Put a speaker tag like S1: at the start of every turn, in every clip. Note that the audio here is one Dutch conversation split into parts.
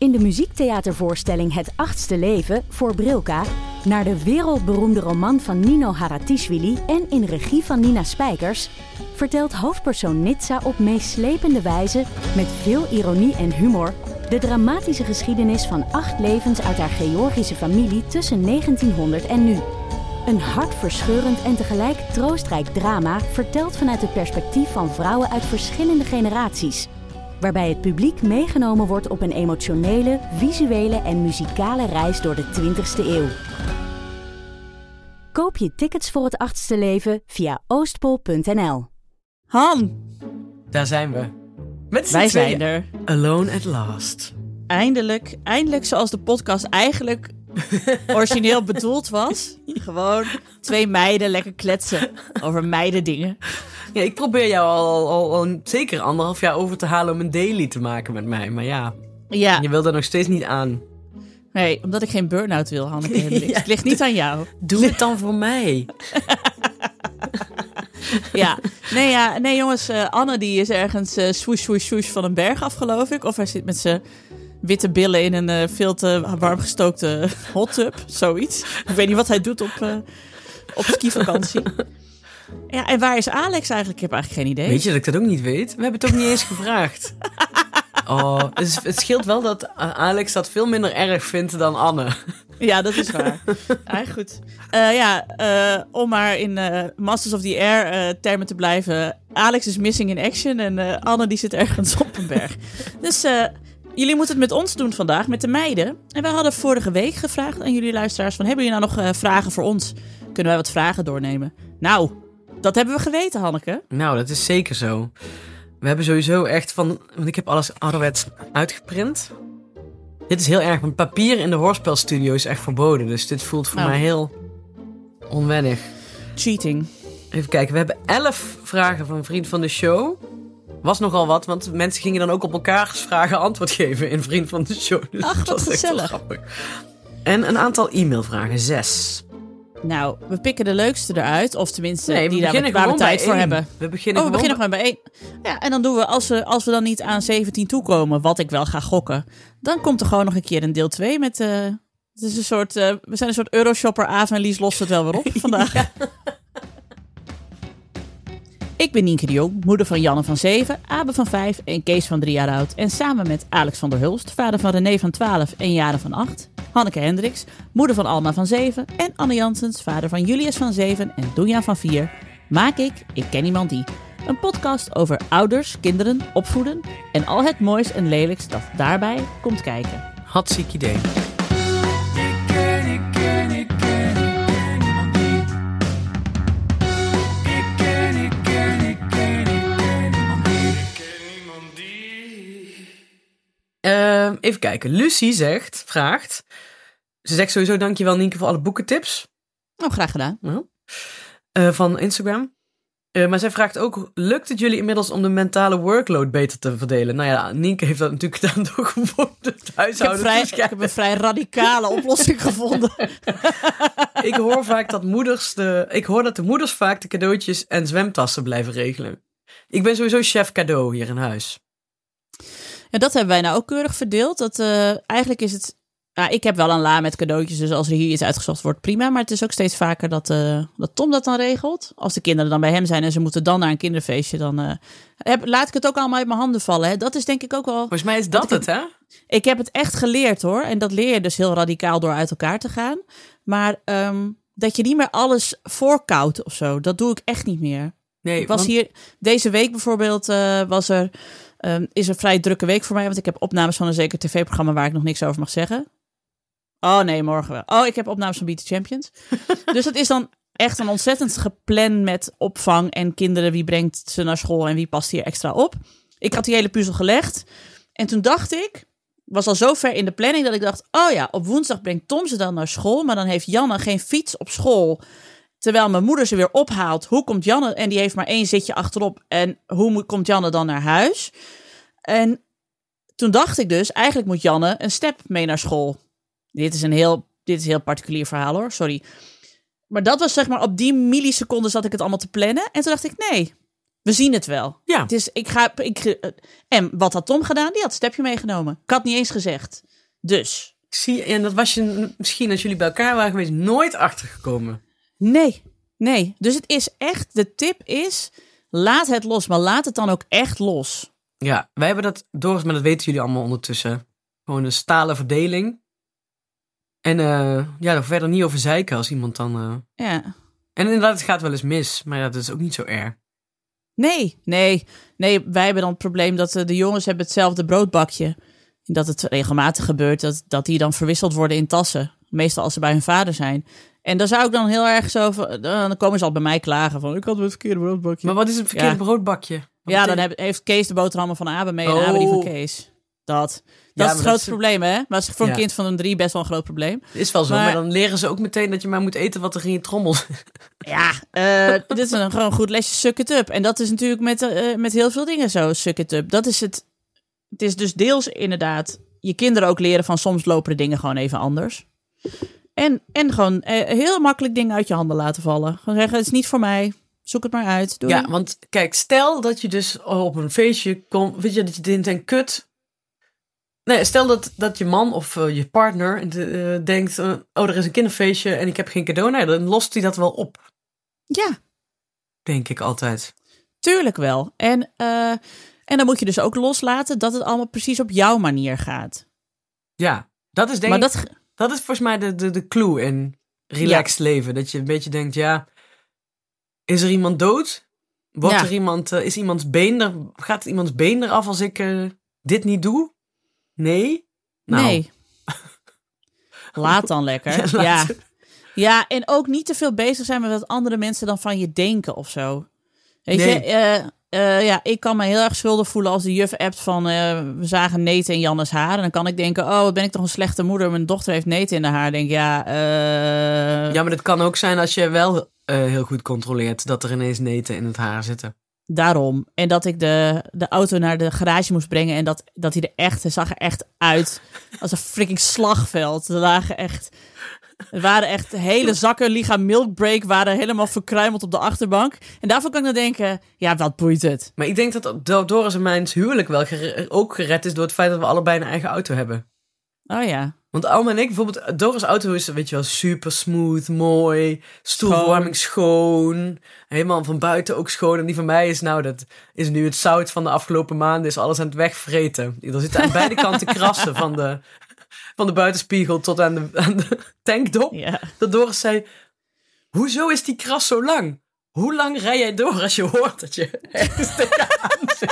S1: in de muziektheatervoorstelling Het Achtste Leven voor Brilka naar de wereldberoemde roman van Nino Haratischvili en in regie van Nina Spijkers vertelt hoofdpersoon Nitsa op meeslepende wijze, met veel ironie en humor, de dramatische geschiedenis van 8 levens uit haar Georgische familie tussen 1900 en nu. Een hartverscheurend en tegelijk troostrijk drama verteld vanuit het perspectief van vrouwen uit verschillende generaties, waarbij het publiek meegenomen wordt op een emotionele, visuele en muzikale reis door de 20e eeuw. Koop je tickets voor Het Achtste Leven via oostpol.nl.
S2: Han,
S3: Daar zijn we. Met
S2: wij zijn er.
S3: Alone at last.
S2: Eindelijk zoals de podcast eigenlijk origineel bedoeld was. Gewoon 2 meiden lekker kletsen over meidendingen.
S3: Ja, ik probeer jou al zeker 1,5 jaar over te halen om een daily te maken met mij. Maar ja, je wil er nog steeds niet aan.
S2: Nee, omdat ik geen burn-out wil, Hanneke Hendricks. Ja. Het ligt niet aan jou.
S3: Doe het dan voor mij.
S2: Nee jongens, Anne die is ergens swoosh, swoosh, swoosh van een berg af, geloof ik. Of hij zit met zijn witte billen in een veel te warm gestookte hot tub, zoiets. Ik weet niet wat hij doet op skivakantie. Ja, en waar is Alex eigenlijk? Ik heb eigenlijk geen idee.
S3: Weet je dat ik dat ook niet weet? We hebben het ook niet eens gevraagd. Oh, het scheelt wel dat Alex dat veel minder erg vindt dan Anne.
S2: Ja, dat is waar. Goed. Om maar in Masters of the Air termen te blijven. Alex is missing in action en Anne die zit ergens op een berg. Dus jullie moeten het met ons doen vandaag, met de meiden. En wij hadden vorige week gevraagd aan jullie luisteraars van, hebben jullie nou nog vragen voor ons? Kunnen wij wat vragen doornemen? Nou, dat hebben we geweten, Hanneke.
S3: Nou, dat is zeker zo. We hebben sowieso echt want ik heb alles ouderwets uitgeprint. Dit is heel erg, want papier in de hoorspelstudio is echt verboden. Dus dit voelt voor mij heel onwennig.
S2: Cheating.
S3: Even kijken, we hebben 11 vragen van een vriend van de show. Was nogal wat, want mensen gingen dan ook op elkaars vragen antwoord geven in vriend van de show. Dus
S2: ach, wat gezellig.
S3: En een aantal e-mailvragen, 6.
S2: Nou, we pikken de leukste eruit. Of tenminste,
S3: waar
S2: we tijd voor hebben.
S3: We beginnen
S2: gewoon bij 1. Ja, en dan doen we, als we dan niet aan 17 toekomen, wat ik wel ga gokken, dan komt er gewoon nog een keer een deel 2 met... het is een soort, we zijn een soort Euroshopper. Aaf en Lies lost het wel weer op vandaag. Ja. Ik ben Nienke de Jong, moeder van Janne van 7, Abe van 5 en Kees van 3 jaar oud. En samen met Alex van der Hulst, vader van René van 12 en Jaren van 8... Hanneke Hendricks, moeder van Alma van 7... en Anne Janssens, vader van Julius van 7 en Doenja van 4... maak ik ken iemand die. Een podcast over ouders, kinderen, opvoeden... en al het moois en lelijks dat daarbij komt kijken.
S3: Hartstikke idee. Even kijken. Lucie vraagt... Ze zegt sowieso dankjewel Nienke voor alle boekentips.
S2: Oh, graag gedaan.
S3: Van Instagram. Maar zij vraagt ook, lukt het jullie inmiddels om de mentale workload beter te verdelen? Nou ja, Nienke heeft dat natuurlijk gedaan door gewoon het huishouden.
S2: Ik heb een vrij radicale oplossing gevonden.
S3: Ik hoor dat de moeders vaak de cadeautjes en zwemtassen blijven regelen. Ik ben sowieso chef cadeau hier in huis.
S2: Ja, dat hebben wij nou ook keurig verdeeld. Dat eigenlijk is het... Ja, ik heb wel een la met cadeautjes, dus als er hier iets uitgezocht wordt, prima. Maar het is ook steeds vaker dat Tom dat dan regelt. Als de kinderen dan bij hem zijn en ze moeten dan naar een kinderfeestje, dan laat ik het ook allemaal uit mijn handen vallen. Hè. Dat is denk ik ook wel...
S3: Volgens mij is dat het, hè?
S2: Ik heb het echt geleerd, hoor. En dat leer je dus heel radicaal door uit elkaar te gaan. Maar dat je niet meer alles voorkoudt of zo, dat doe ik echt niet meer. Nee, deze week bijvoorbeeld is een vrij drukke week voor mij, want ik heb opnames van een zeker tv-programma waar ik nog niks over mag zeggen. Oh nee, morgen wel. Oh, ik heb opnames van Beat the Champions. Dus dat is dan echt een ontzettend gepland met opvang en kinderen. Wie brengt ze naar school en wie past hier extra op? Ik had die hele puzzel gelegd. En toen dacht ik, was al zo ver in de planning dat ik dacht, oh ja, op woensdag brengt Tom ze dan naar school, maar dan heeft Janne geen fiets op school. Terwijl mijn moeder ze weer ophaalt. Hoe komt Janne? En die heeft maar 1 zitje achterop. En hoe komt Janne dan naar huis? En toen dacht ik dus, eigenlijk moet Janne een step mee naar school. Dit is een heel particulier verhaal, hoor. Sorry. Maar dat was zeg maar op die milliseconden zat ik het allemaal te plannen. En toen dacht ik, nee, we zien het wel. Ja. Dus en wat had Tom gedaan? Die had een stepje meegenomen. Ik had niet eens gezegd. Dus.
S3: En dat was je misschien als jullie bij elkaar waren geweest nooit achtergekomen.
S2: Nee. Dus het is echt, de tip is, laat het los. Maar laat het dan ook echt los.
S3: Ja, wij hebben dat door, maar dat weten jullie allemaal ondertussen. Gewoon een stalen verdeling. En er verder niet over zeiken als iemand dan...
S2: Ja.
S3: En inderdaad, het gaat wel eens mis. Maar dat is ook niet zo erg.
S2: Nee, wij hebben dan het probleem dat de jongens hebben hetzelfde broodbakje. Dat het regelmatig gebeurt dat die dan verwisseld worden in tassen. Meestal als ze bij hun vader zijn. En daar zou ik dan heel erg zo van... Dan komen ze al bij mij klagen van... Ik had het verkeerde broodbakje.
S3: Maar wat is het verkeerde broodbakje?
S2: Dan heeft Kees de boterhammen van Abe mee en Abe die van Kees. Dat is het grootste probleem, hè? Maar het is voor een kind van een 3 best wel een groot probleem.
S3: Het is wel zo, maar dan leren ze ook meteen dat je maar moet eten wat er in je trommel zit.
S2: Ja, dit is gewoon een goed lesje suck it up. En dat is natuurlijk met heel veel dingen zo, suck it up. Dat is het. Het is dus deels inderdaad je kinderen ook leren van soms lopen de dingen gewoon even anders. En gewoon heel makkelijk dingen uit je handen laten vallen. Gewoon zeggen, het is niet voor mij. Zoek het maar uit. Doei.
S3: Ja, want kijk, stel dat je dus op een feestje komt, weet je, dat je denkt en kut. Nee, stel dat je man of je partner denkt, er is een kinderfeestje en ik heb geen cadeau. Nee, dan lost hij dat wel op.
S2: Ja.
S3: Denk ik altijd.
S2: Tuurlijk wel. En dan moet je dus ook loslaten dat het allemaal precies op jouw manier gaat.
S3: Ja, dat is denk ik... Dat is volgens mij de clue in relaxed leven. Dat je een beetje denkt, is er iemand dood? Er iemand, gaat iemands been eraf als ik dit niet doe? Nee? Nou.
S2: Nee. Laat dan lekker. Ja, en ook niet te veel bezig zijn met wat andere mensen dan van je denken of zo. Weet je, ik kan me heel erg schuldig voelen als de juf appt van... we zagen neten in Jannes haar. En dan kan ik denken, wat ben ik toch een slechte moeder. Mijn dochter heeft neten in haar. Denk ja,
S3: maar dat kan ook zijn als je wel heel goed controleert... dat er ineens neten in het haar zitten.
S2: Daarom. En dat ik de auto naar de garage moest brengen... en dat hij zag er echt uit als een freaking slagveld. Er waren echt hele zakken Liga Milk Break... waren helemaal verkruimeld op de achterbank. En daarvoor kan ik dan denken, wat boeit het?
S3: Maar ik denk dat Doris en mijn huwelijk wel ook gered is... door het feit dat we allebei een eigen auto hebben.
S2: Oh ja.
S3: Want Alma en ik, bijvoorbeeld, Doris' auto is, weet je wel, super smooth, mooi, stoelverwarming schoon, helemaal van buiten ook schoon. En die van mij is, dat is nu het zout van de afgelopen maanden, is alles aan het wegvreten. Er zitten aan beide kanten krassen van de buitenspiegel tot aan de tankdop.
S2: Ja.
S3: Dat Doris zei, hoezo is die kras zo lang? Hoe lang rij jij door als je hoort dat je ergens tegenaan zit?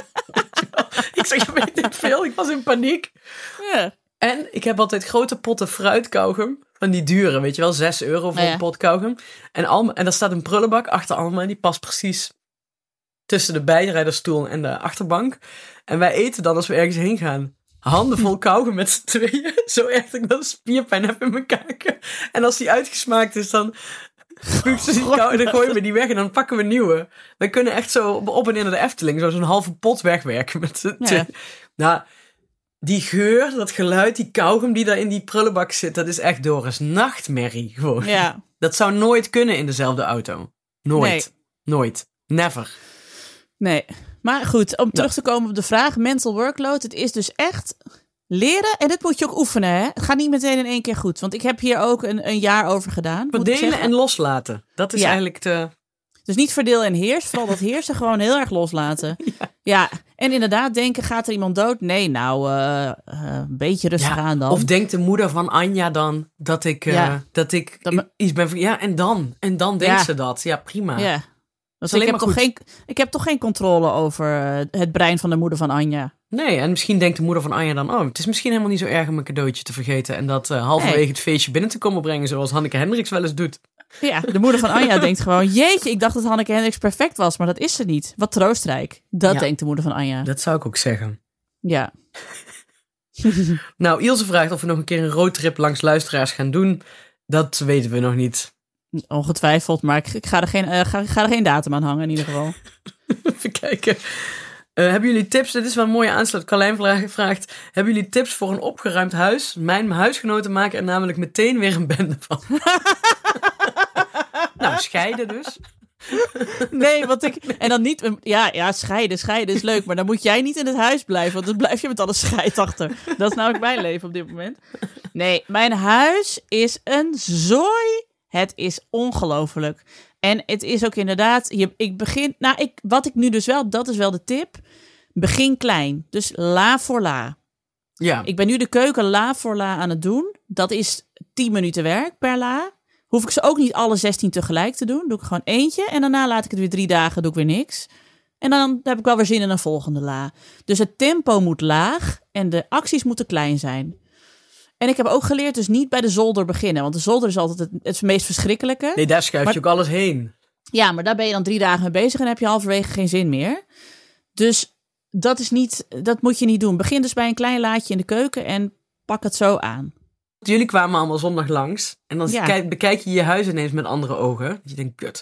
S3: Ik zeg, weet ik veel, ik was in paniek.
S2: Ja.
S3: En ik heb altijd grote potten fruitkauwgum. Van die dure, weet je wel, €6 voor een pot kauwgum. En daar staat een prullenbak achter Alma. En die past precies tussen de bijrijderstoel en de achterbank. En wij eten dan als we ergens heen gaan. Handen vol kauwgum met z'n tweeën. Zo erg dat ik dan spierpijn heb in mijn kaken. En als die uitgesmaakt is, dan spuugt ze die kauwgum. Dan gooien we die weg en dan pakken we nieuwe. We kunnen echt zo op en in naar de Efteling. Zo'n halve pot wegwerken met z'n tweeën. Nou... Die geur, dat geluid, die kauwgum die daar in die prullenbak zit... dat is echt Doris' nachtmerrie gewoon.
S2: Ja.
S3: Dat zou nooit kunnen in dezelfde auto. Nooit. Nee. Nooit. Never.
S2: Nee. Maar goed, om terug te komen op de vraag... mental workload, het is dus echt leren... en dit moet je ook oefenen, hè. Het gaat niet meteen in 1 keer goed. Want ik heb hier ook een jaar over gedaan.
S3: Verdelen en loslaten. Dat is eigenlijk de...
S2: Dus niet verdeel en heers. Vooral dat heersen gewoon heel erg loslaten. Ja. En inderdaad denken, gaat er iemand dood? Nee, een beetje rustig aan dan.
S3: Of denkt de moeder van Anja dan dat ik iets ben... Ja, en dan? En dan denkt ze dat. Ja, prima.
S2: Ja. Dus ik heb toch geen controle over het brein van de moeder van Anja.
S3: Nee, en misschien denkt de moeder van Anja dan... het is misschien helemaal niet zo erg om mijn cadeautje te vergeten... en dat halverwege het feestje binnen te komen brengen... zoals Hanneke Hendricks wel eens doet.
S2: Ja, de moeder van Anja denkt gewoon... jeetje, ik dacht dat Hanneke Hendricks perfect was... maar dat is ze niet. Wat troostrijk. Dat denkt de moeder van Anja.
S3: Dat zou ik ook zeggen.
S2: Ja.
S3: Nou, Ilse vraagt of we nog een keer een roadtrip langs luisteraars gaan doen. Dat weten we nog niet.
S2: Ongetwijfeld, maar ik ga er geen datum aan hangen in ieder geval.
S3: Even kijken. Hebben jullie tips? Dit is wel een mooie aansluit. Carlijn vraagt... Hebben jullie tips voor een opgeruimd huis? Mijn huisgenoten maken er namelijk meteen weer een bende van. Nou, scheiden dus.
S2: Nee, en dan niet... Ja, scheiden is leuk, maar dan moet jij niet in het huis blijven, want dan blijf je met alle scheid achter. Dat is namelijk mijn leven op dit moment. Nee, mijn huis is een zooi. Het is ongelooflijk. En het is ook inderdaad... wat ik nu dus wel... Dat is wel de tip. Begin klein. Dus la voor la.
S3: Ja.
S2: Ik ben nu de keuken la voor la aan het doen. Dat is 10 minuten werk per la. Hoef ik ze ook niet alle 16 tegelijk te doen. Doe ik gewoon eentje. En daarna laat ik het weer 3 dagen. Doe ik weer niks. En dan heb ik wel weer zin in een volgende la. Dus het tempo moet laag. En de acties moeten klein zijn. En ik heb ook geleerd dus niet bij de zolder beginnen. Want de zolder is altijd het meest verschrikkelijke.
S3: Nee, daar schuif je ook alles heen.
S2: Ja, maar daar ben je dan 3 dagen mee bezig. En heb je halverwege geen zin meer. Dus dat moet je niet doen. Begin dus bij een klein laadje in de keuken. En pak het zo aan.
S3: Jullie kwamen allemaal zondag langs. En dan bekijk je je huis ineens met andere ogen. Dat je denkt, kut.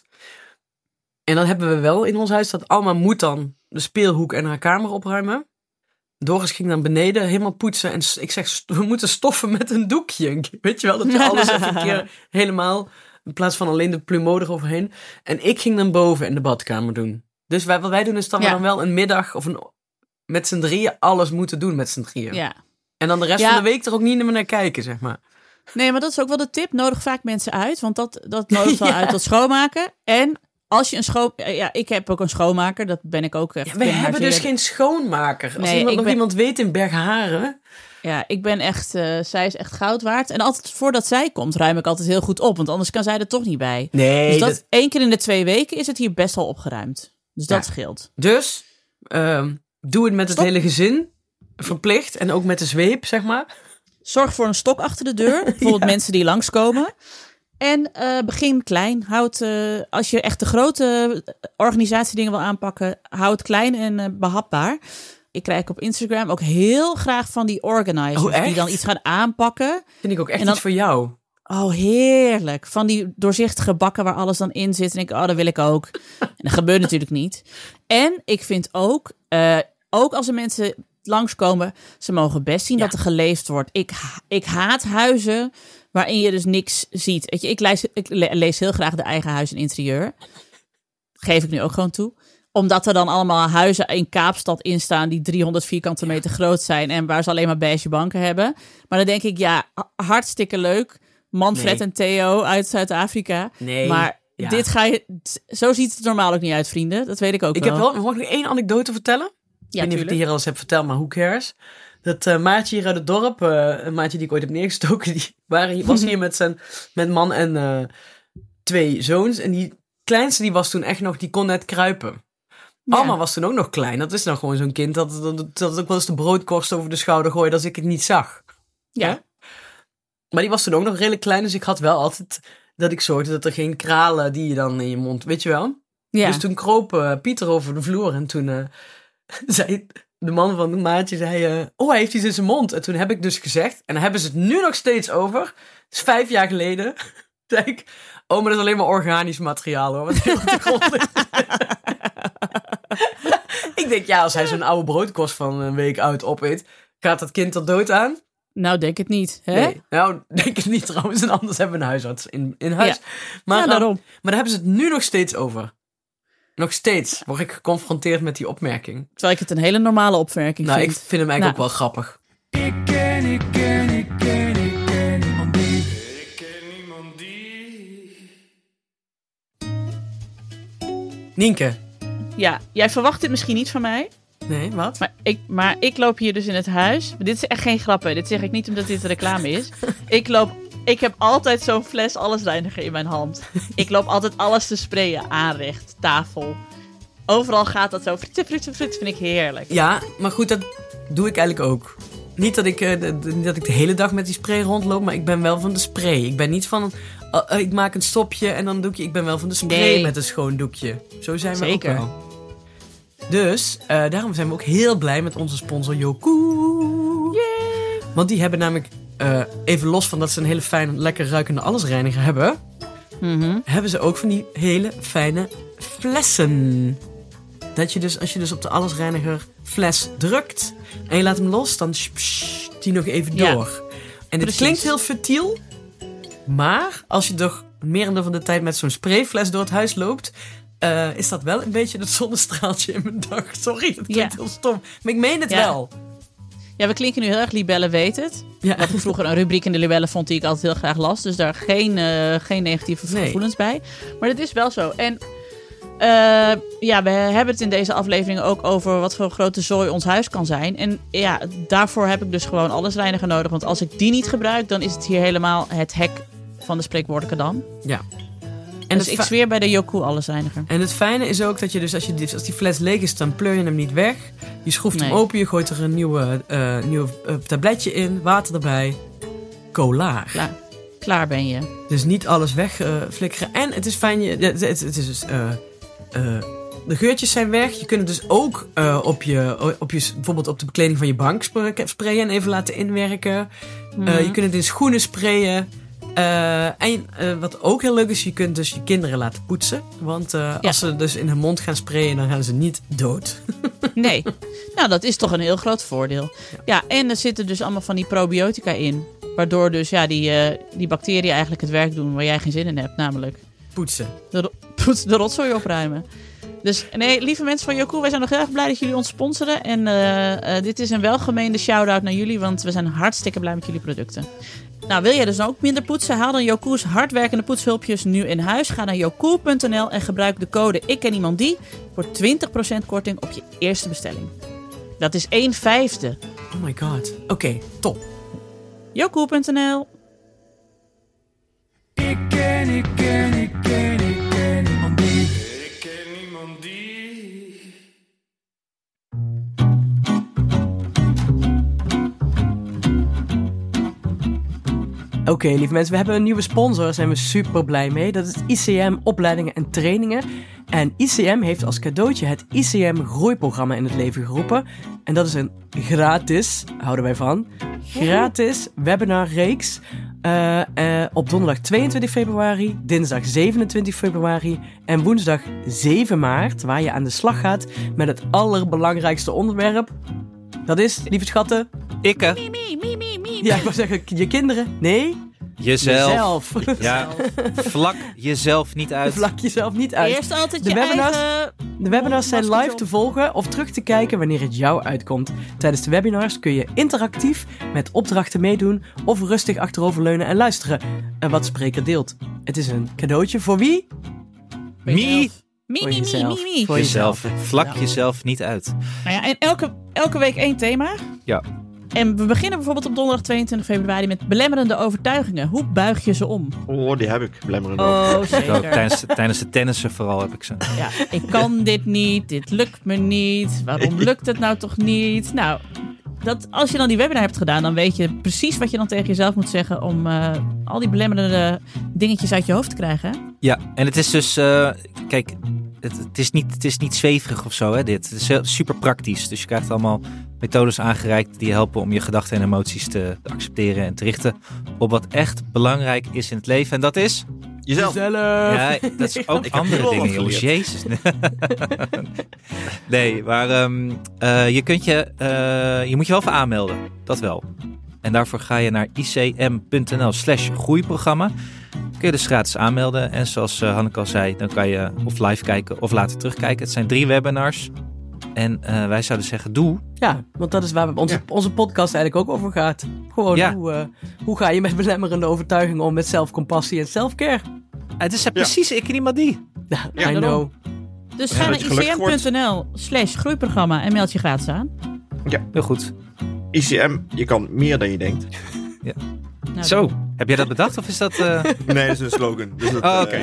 S3: En dan hebben we wel in ons huis dat Alma moet dan de speelhoek en haar kamer opruimen. Doris ging dan beneden helemaal poetsen. En ik zeg, we moeten stoffen met een doekje. Weet je wel, dat je alles even een keer helemaal... In plaats van alleen de plumeau eroverheen. En ik ging dan boven in de badkamer doen. Dus wat wij doen is dat we dan wel een middag of met z'n drieën alles moeten doen met z'n drieën.
S2: Ja.
S3: En dan de rest van de week er ook niet meer naar kijken, zeg maar.
S2: Nee, maar dat is ook wel de tip. Nodig vaak mensen uit, want dat nodigt wel uit tot schoonmaken. En als je ik heb ook een schoonmaker, dat ben ik ook.
S3: We hebben dus geen schoonmaker. Als iemand weet in Bergharen.
S2: Ja, ik ben echt, zij is echt goud waard. En altijd voordat zij komt, ruim ik altijd heel goed op, want anders kan zij er toch niet bij.
S3: Nee.
S2: Dus 1 keer in de 2 weken is het hier best wel opgeruimd. Dus dat scheelt.
S3: Dus doe het met het hele gezin. Verplicht. En ook met de zweep, zeg maar.
S2: Zorg voor een stok achter de deur. Bijvoorbeeld mensen die langskomen. En begin klein. Als je echt de grote organisatiedingen wil aanpakken, houd klein en behapbaar. Ik krijg op Instagram ook heel graag van die organizers die dan iets gaan aanpakken.
S3: Vind ik ook echt iets voor jou.
S2: Oh, heerlijk. Van die doorzichtige bakken waar alles dan in zit. En ik, dat wil ik ook. En dat gebeurt natuurlijk niet. En ik vind ook als er mensen langskomen, ze mogen best zien dat er geleefd wordt. Ik haat huizen waarin je dus niks ziet. Weet je, ik lees heel graag de eigen huis en interieur. Geef ik nu ook gewoon toe. Omdat er dan allemaal huizen in Kaapstad in staan die 300 vierkante meter groot zijn en waar ze alleen maar beige banken hebben. Maar dan denk ik, hartstikke leuk. Manfred en Theo uit Zuid-Afrika. Nee. Maar dit zo ziet het normaal ook niet uit, vrienden. Dat weet ik ook wel.
S3: Mag ik nog 1 anekdote vertellen? Ik weet niet of ik die hier al eens heb verteld, maar who cares? Dat Maatje hier uit het dorp, een Maatje die ik ooit heb neergestoken, was hier met man en 2 zoons. En die kleinste die was toen echt nog, die kon net kruipen. Ja. Alma was toen ook nog klein. Dat is nou gewoon zo'n kind dat ook wel eens de broodkorst over de schouder gooide als ik het niet zag. Ja. Maar die was toen ook nog redelijk klein, dus ik had wel altijd dat ik zorgde dat er geen kralen die je dan in je mond, weet je wel? Ja. Dus toen kroop Pieter over de vloer en toen zei de man van de Maatje, hij heeft iets in zijn mond. En toen heb ik dus gezegd, en daar hebben ze het nu nog steeds over, dat is 5 jaar geleden, zei ik, maar dat is alleen maar organisch materiaal hoor, wat heel op de grond ligt. Ik denk, als hij zo'n oude broodkorst van een week oud opeet, gaat dat kind er dood aan?
S2: Nou, denk het niet. Hè?
S3: Nee, denk het niet trouwens. En anders hebben we een huisarts in huis.
S2: Ja.
S3: Maar,
S2: daarom.
S3: Maar daar hebben ze het nu nog steeds over. Nog steeds word ik geconfronteerd met die opmerking.
S2: Terwijl ik het een hele normale opmerking vind.
S3: Ik vind hem eigenlijk ook wel grappig. Ik ken niemand die. Ik ken niemand die. Nienke.
S2: Ja, jij verwacht dit misschien niet van mij.
S3: Nee, wat?
S2: Maar ik loop hier dus in het huis. Dit is echt geen grappen. Dit zeg ik niet omdat dit reclame is. Ik heb altijd zo'n fles allesreiniger in mijn hand. Ik loop altijd alles te sprayen. Aanrecht, tafel. Overal gaat dat zo. Frits, vind ik heerlijk.
S3: Ja, maar goed, dat doe ik eigenlijk ook. Niet dat ik de hele dag met die spray rondloop, maar ik ben wel van de spray. Ik ben niet van, ik maak een stopje en dan doekje. Ik ben wel van de spray met een schoon doekje. Zo zijn we
S2: Zeker.
S3: ook wel. Dus, daarom zijn we ook heel blij met onze sponsor Yoku.
S2: Yay!
S3: Want die hebben namelijk, even los van dat ze een hele fijne, lekker ruikende allesreiniger hebben, hebben ze ook van die hele fijne flessen. Dat je dus, als je dus op de allesreiniger fles drukt en je laat hem los, dan die nog even door. En dit klinkt heel futiel, maar als je toch merendeel van de tijd met zo'n sprayfles door het huis loopt, is dat wel een beetje het zonnestraaltje in mijn dag. Sorry, dat klinkt heel stom. Maar ik meen het wel.
S2: Ja, we klinken nu heel erg Libelle weet het. Ja. Wat ik vroeger een rubriek in de Libelle vond die ik altijd heel graag las. Dus daar geen negatieve gevoelens bij. Maar dat is wel zo. En we hebben het in deze aflevering ook over wat voor grote zooi ons huis kan zijn. En ja, daarvoor heb ik dus gewoon allesreiniger nodig. Want als ik die niet gebruik, dan is het hier helemaal het hek van de spreekwoordelijke dam. Ja. En dus ik zweer bij de Yoku allesreiniger.
S3: En het fijne is ook dat je dus, als die fles leeg is, dan pleur je hem niet weg. Je schroeft hem open, je gooit er een nieuw tabletje in, water erbij. Klaar.
S2: Klaar ben je.
S3: Dus niet alles wegflikkeren. En het is fijn, het is dus... de geurtjes zijn weg. Je kunt het dus ook bijvoorbeeld op de bekleding van je bank sprayen en even laten inwerken. Je kunt het in schoenen sprayen. En wat ook heel leuk is, je kunt dus je kinderen laten poetsen. Want als ze dus in hun mond gaan sprayen, dan gaan ze niet dood.
S2: Nee. Nou, dat is toch een heel groot voordeel. Ja, en er zitten dus allemaal van die probiotica in. Waardoor dus die bacteriën eigenlijk het werk doen waar jij geen zin in hebt. Namelijk
S3: poetsen.
S2: De rotzooi opruimen. Dus nee, lieve mensen van Yoku, wij zijn nog heel erg blij dat jullie ons sponsoren. En dit is een welgemeende shout-out naar jullie, want we zijn hartstikke blij met jullie producten. Nou, wil jij dus ook minder poetsen? Haal dan Yoku's hardwerkende poetshulpjes nu in huis. Ga naar yoku.nl en gebruik de code Ik ken iemand die voor 20% korting op je eerste bestelling. Dat is 1/5.
S3: Oh my god. Oké, top.
S2: Yoku.nl.
S4: Ik ken iemand die. Ik ken iemand die.
S3: Oké, lieve mensen, we hebben een nieuwe sponsor. Daar zijn we super blij mee. Dat is ICM Opleidingen en Trainingen. En ICM heeft als cadeautje het ICM Groeiprogramma in het leven geroepen. En dat is een gratis, houden wij van, gratis webinarreeks. Op donderdag 22 februari, dinsdag 27 februari en woensdag 7 maart. Waar je aan de slag gaat met het allerbelangrijkste onderwerp. Dat is, lieve schatten...
S5: Ikke.
S3: Ja, ik wou zeggen, je kinderen. Nee.
S5: Jezelf. Ja, vlak jezelf niet uit.
S3: Vlak jezelf niet uit.
S2: Eerst altijd de
S3: webinars zijn live te volgen of terug te kijken wanneer het jou uitkomt. Tijdens de webinars kun je interactief met opdrachten meedoen of rustig achteroverleunen en luisteren wat de spreker deelt. Het is een cadeautje voor wie?
S5: Voor jezelf. Vlak jezelf niet uit.
S2: Nou ja, en elke week 1 thema.
S5: Ja.
S2: En we beginnen bijvoorbeeld op donderdag 22 februari met belemmerende overtuigingen. Hoe buig je ze om?
S6: Oh, die heb ik. Belemmerende overtuigingen.
S2: Zeker.
S5: Tijdens het tennissen vooral heb ik ze.
S2: Ja, ik kan dit niet. Dit lukt me niet. Waarom lukt het nou toch niet? Nou, als je dan die webinar hebt gedaan, dan weet je precies wat je dan tegen jezelf moet zeggen om al die belemmerende dingetjes uit je hoofd te krijgen. Hè?
S5: Ja, en het is dus... kijk, het is niet zweverig of zo, hè, dit. Het is super praktisch. Dus je krijgt allemaal methodes aangereikt die je helpen om je gedachten en emoties te accepteren en te richten op wat echt belangrijk is in het leven. En dat is...
S6: Jezelf.
S5: Ja, dat is ook andere dingen, jongens. Jezus. Nee, maar je moet je wel voor aanmelden. Dat wel. En daarvoor ga je naar icm.nl/groeiprogramma. Kun je dus gratis aanmelden. En zoals Hanneke al zei, dan kan je of live kijken of later terugkijken. Het zijn 3 webinars. En wij zouden zeggen, doe.
S3: Ja, want dat is waar onze podcast eigenlijk ook over gaat. Gewoon, hoe ga je met belemmerende overtuigingen om met zelfcompassie en selfcare?
S5: Het is precies ik en iemand die.
S3: Ja, I know.
S2: Dus ga naar icm.nl/groeiprogramma en meld je gratis aan.
S6: Ja,
S5: heel goed.
S6: ICM, je kan meer dan je denkt.
S5: Ja. Nou, zo, heb jij dat bedacht of is dat...
S6: Nee, dat is een slogan. Dus
S5: oké.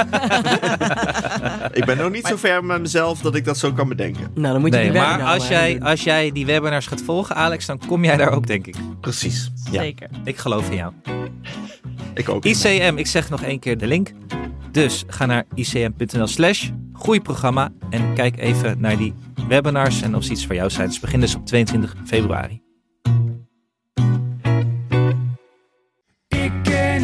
S6: Ik ben nog niet zo ver met mezelf dat ik dat zo kan bedenken.
S3: Nou, dan moet je
S5: maar als jij die webinars gaat volgen, Alex, dan kom jij daar ook, denk ik.
S6: Precies.
S5: Ja,
S2: zeker.
S5: Ik geloof in jou.
S6: Ik ook.
S5: ICM, ik zeg nog 1 keer de link. Dus ga naar icm.nl/groeiprogramma en kijk even naar die webinars en of ze iets voor jou zijn. Ze beginnen dus op 22 februari.
S4: Ik ken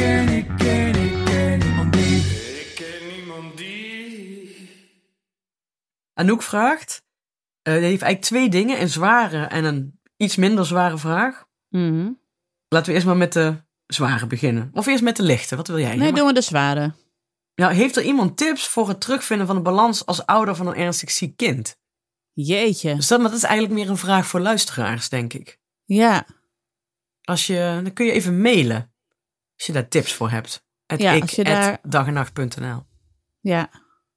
S4: iemand die. Ik ken iemand die.
S3: Anouk vraagt, die heeft eigenlijk 2 dingen, een zware en een iets minder zware vraag.
S2: Mm-hmm.
S3: Laten we eerst maar met de zware beginnen. Of eerst met de lichte, wat wil jij?
S2: Nee, doen we de zware.
S3: Nou, heeft er iemand tips voor het terugvinden van de balans als ouder van een ernstig ziek kind?
S2: Jeetje.
S3: Dus dat is eigenlijk meer een vraag voor luisteraars, denk ik.
S2: Ja.
S3: Dan kun je even mailen. Als je daar tips voor hebt. @dagennacht.nl.
S2: Ja.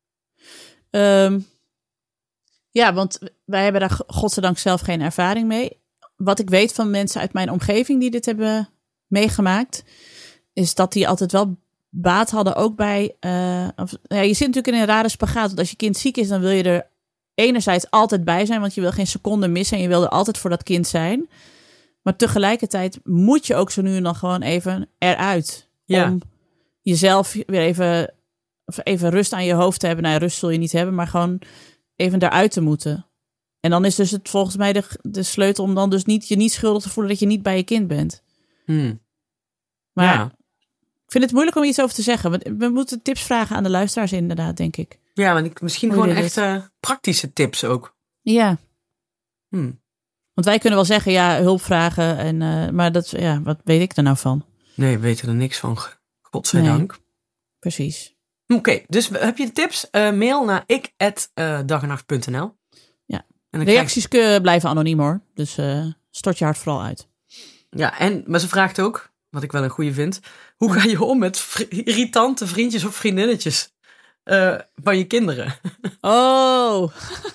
S2: Ja, want wij hebben daar godzijdank zelf geen ervaring mee. Wat ik weet van mensen uit mijn omgeving die dit hebben meegemaakt, is dat die altijd wel baat hadden ook bij... je zit natuurlijk in een rare spagaat. Want als je kind ziek is, dan wil je er enerzijds altijd bij zijn, want je wil geen seconde missen en je wil er altijd voor dat kind zijn. Maar tegelijkertijd moet je ook zo nu en dan gewoon even eruit. Ja. Om jezelf weer even rust aan je hoofd te hebben. Nou, rust zul je niet hebben, maar gewoon even eruit te moeten. En dan is dus het volgens mij de sleutel om dan dus je niet schuldig te voelen dat je niet bij je kind bent. Maar ik vind het moeilijk om iets over te zeggen. Want we moeten tips vragen aan de luisteraars inderdaad, denk ik.
S3: Ja, maar misschien gewoon echt praktische tips ook.
S2: Ja. Want wij kunnen wel zeggen, hulp vragen. Maar wat weet ik er nou van?
S3: Nee, we weten er niks van. Godzijdank.
S2: Precies.
S3: Oké, dus heb je tips? Mail naar ik@dagennacht.nl.
S2: Ja. En reacties blijven anoniem hoor. Dus stort je hart vooral uit.
S3: Ja, maar ze vraagt ook, wat ik wel een goeie vind. Hoe ga je om met irritante vriendjes of vriendinnetjes van je kinderen?
S2: Oh.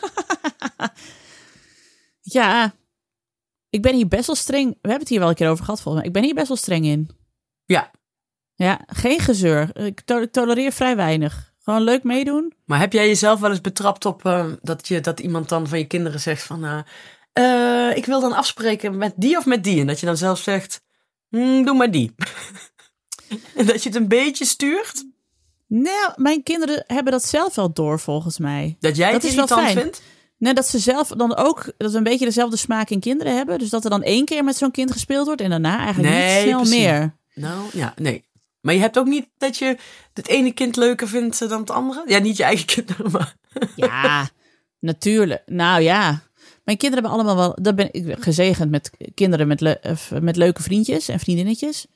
S2: Ja. Ik ben hier best wel streng. We hebben het hier wel een keer over gehad volgens mij. Ik ben hier best wel streng in.
S3: Ja.
S2: Ja, geen gezeur. Ik tolereer vrij weinig. Gewoon leuk meedoen.
S3: Maar heb jij jezelf wel eens betrapt op dat iemand dan van je kinderen zegt van... ik wil dan afspreken met die of met die. En dat je dan zelf zegt, doe maar die. En dat je het een beetje stuurt?
S2: Nou, mijn kinderen hebben dat zelf wel door volgens mij.
S3: Dat jij het irritant vindt?
S2: Nee, dat ze zelf dan ook, dat we een beetje dezelfde smaak in kinderen hebben. Dus dat er dan 1 keer met zo'n kind gespeeld wordt en daarna eigenlijk niet snel meer.
S3: Nou, ja, nee. Maar je hebt ook niet dat je het ene kind leuker vindt dan het andere? Ja, niet je eigen kinderen, maar... Ja,
S2: natuurlijk. Nou ja, mijn kinderen hebben allemaal wel... Dat ben ik gezegend met kinderen met leuke vriendjes en vriendinnetjes.